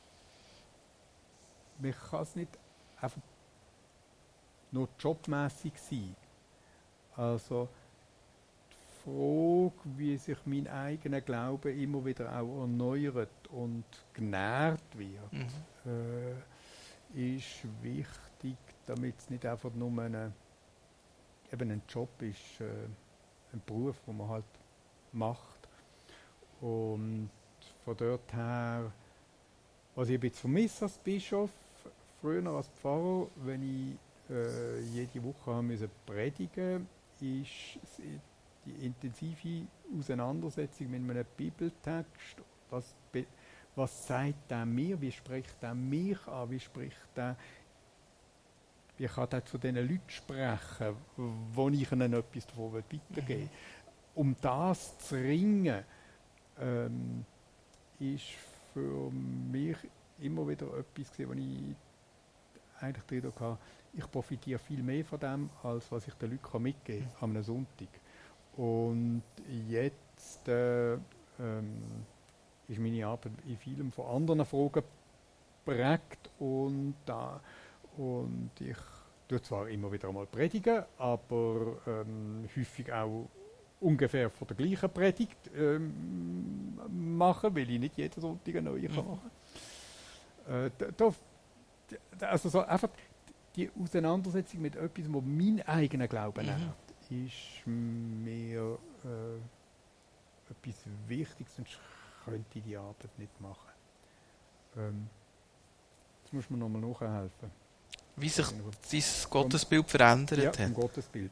man kann es nicht einfach nur jobmäßig sein. Also die Frage, wie sich mein eigener Glaube immer wieder auch erneuert und genährt wird, mhm. äh, ist wichtig, damit es nicht einfach nur eine, eben ein Job ist, äh, ein Beruf, den man halt macht. Und von dort her, was ich ein bisschen vermisse als Bischof, früher als Pfarrer, wenn ich äh, jede Woche haben müssen predigen, ist die intensive Auseinandersetzung mit einem Bibeltext. Was, be, was sagt der mir? Wie spricht der mich an? Wie spricht der? Wie kann der zu den Leuten sprechen, wo ich ihnen etwas davon weitergeben will? Um das zu ringen, ähm, ist für mich immer wieder etwas gewesen, wo ich eigentlich drin hatte, ich profitiere viel mehr von dem, als was ich den Leuten mitgeben kann an einem Sonntag. Und jetzt äh, ähm, ist meine Arbeit in vielem von anderen Fragen geprägt und, äh, und ich tue zwar immer wieder einmal predigen, aber ähm, häufig auch ungefähr von der gleichen Predigt ähm, machen, weil ich nicht jeden Sonntag eine neue kann machen. Äh, da, da, also so einfach die Auseinandersetzung mit etwas, wo mein eigener Glaube mhm. nährt, ist mir äh, etwas Wichtiges, sonst könnte ich die Arbeit nicht machen. Ähm, jetzt muss man nochmal nachhelfen. Wie sich dein Gottesbild verändert ja, hat. Ja, Gottesbild.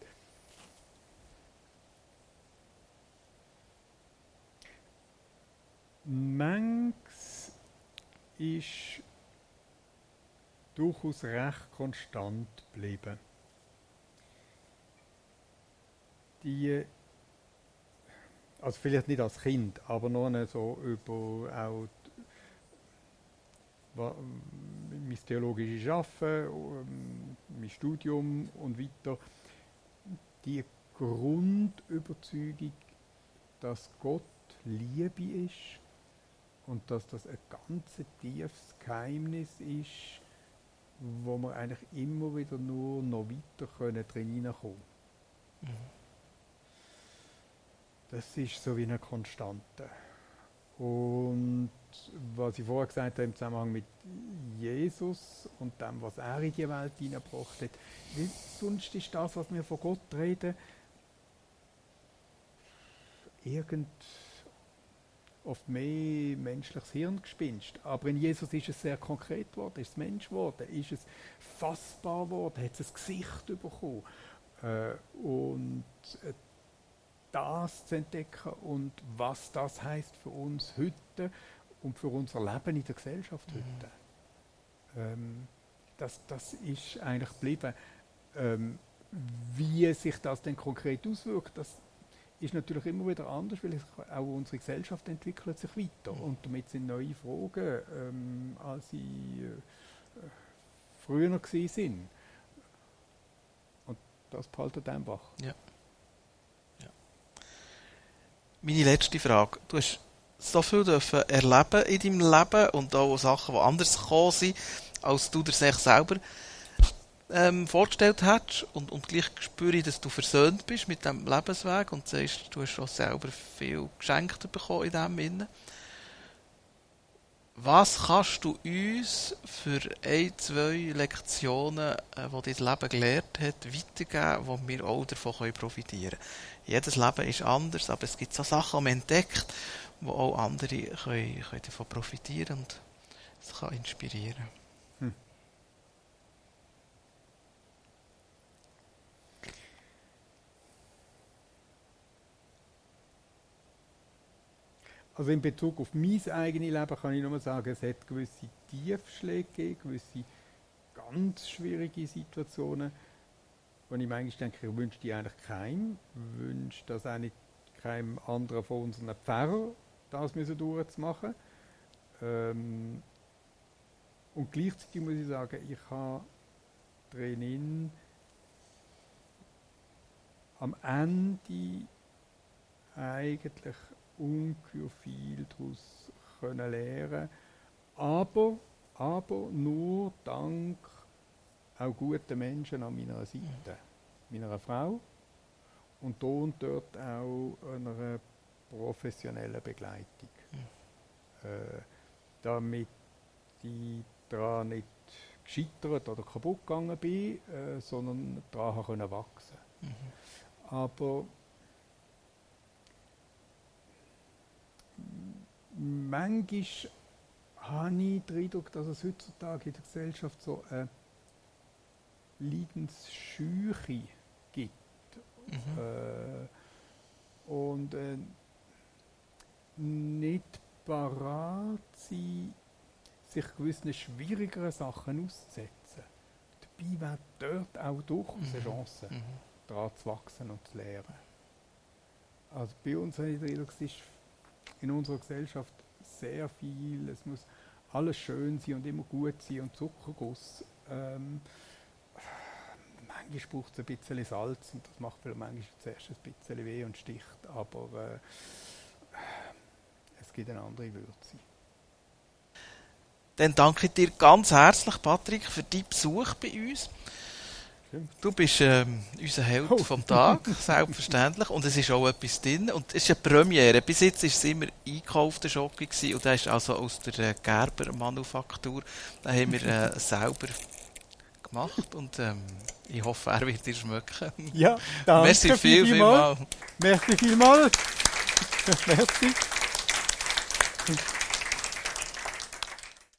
Manches ist durchaus recht konstant geblieben. Die, also vielleicht nicht als Kind, aber noch nicht so über auch die, mein theologisches Arbeiten, mein Studium und weiter. Die Grundüberzeugung, dass Gott Liebe ist und dass das ein ganz tiefes Geheimnis ist, wo wir eigentlich immer wieder nur noch weiter können drin hineinkommen. Mhm. Das ist so wie eine Konstante. Und was ich vorher gesagt habe im Zusammenhang mit Jesus und dem, was er in die Welt hineingebracht hat, weil sonst ist das, was wir von Gott reden, irgend oft mehr menschliches Hirngespinst. Aber in Jesus ist es sehr konkret geworden, ist es Mensch geworden, ist es fassbar geworden, hat es ein Gesicht bekommen. Äh, und äh, das zu entdecken und was das heisst für uns heute und für unser Leben in der Gesellschaft heute. Mhm. Ähm, das, das ist eigentlich geblieben. Ähm, wie sich das denn konkret auswirkt, das ist natürlich immer wieder anders, weil auch unsere Gesellschaft entwickelt sich weiter und damit sind neue Fragen, ähm, als sie äh, früher noch gewesen sind. Und das behaltet einfach. Ja. Ja. Meine letzte Frage. Du hast so viel dürfen erleben in deinem Leben und auch Sachen, die anders gekommen sind, als du dir selber Ähm, vorgestellt hast und, und gleich spüre ich, dass du versöhnt bist mit diesem Lebensweg und sagst, du hast auch selber viel geschenkt bekommen in diesem Sinne. Was kannst du uns für ein, zwei Lektionen, äh, die dein Leben gelehrt hat, weitergeben, wo wir auch davon profitieren können? Jedes Leben ist anders, aber es gibt so Sachen, die man entdeckt, wo auch andere können, können davon profitieren und es kann inspirieren. Hm. Also in Bezug auf mein eigenes Leben kann ich nur sagen, es hat gewisse Tiefschläge gegeben, gewisse ganz schwierige Situationen, wo ich manchmal denke, ich wünsche die eigentlich keinem, wünsche das auch nicht keinem anderen von unseren Pfarrern, das müssen durchzumachen. Ähm, und gleichzeitig muss ich sagen, ich habe drinnen am Ende eigentlich ungeheuer viel daraus können lernen, aber, aber nur dank auch guten Menschen an meiner Seite, meiner Frau und da und dort auch einer professionellen Begleitung, mhm. äh, damit ich daran nicht gescheitert oder kaputt gegangen bin, äh, sondern daran können wachsen. Mhm. Aber manchmal habe ich den Eindruck, dass es heutzutage in der Gesellschaft so eine Leidensscheuche gibt. Mhm. Äh, und äh, nicht parat sein, sich gewissen schwierigeren Sachen auszusetzen. Dabei wäre dort auch durchaus eine Chance, mhm. daran zu wachsen und zu lernen. Also bei uns habe ich den Eindruck, es ist in unserer Gesellschaft sehr viel, es muss alles schön sein und immer gut sein und Zuckerguss. Ähm, manchmal braucht es ein bisschen Salz und das macht vielleicht manchmal zuerst ein bisschen weh und sticht, aber äh, es gibt eine andere Würze. Dann danke ich dir ganz herzlich, Patrick, für deinen Besuch bei uns. Du bist ähm, unser Held oh. vom Tag, selbstverständlich. Und es ist auch etwas drin. Und es ist eine Premiere. Bis jetzt war es immer eingekaufter Schoki gewesen. Und der ist also aus der äh, Gerber-Manufaktur. Den haben wir äh, selber gemacht. Und ähm, ich hoffe, er wird dir schmecken. Ja, danke. Merci viel, viel mal. Merci vielmals. Merci.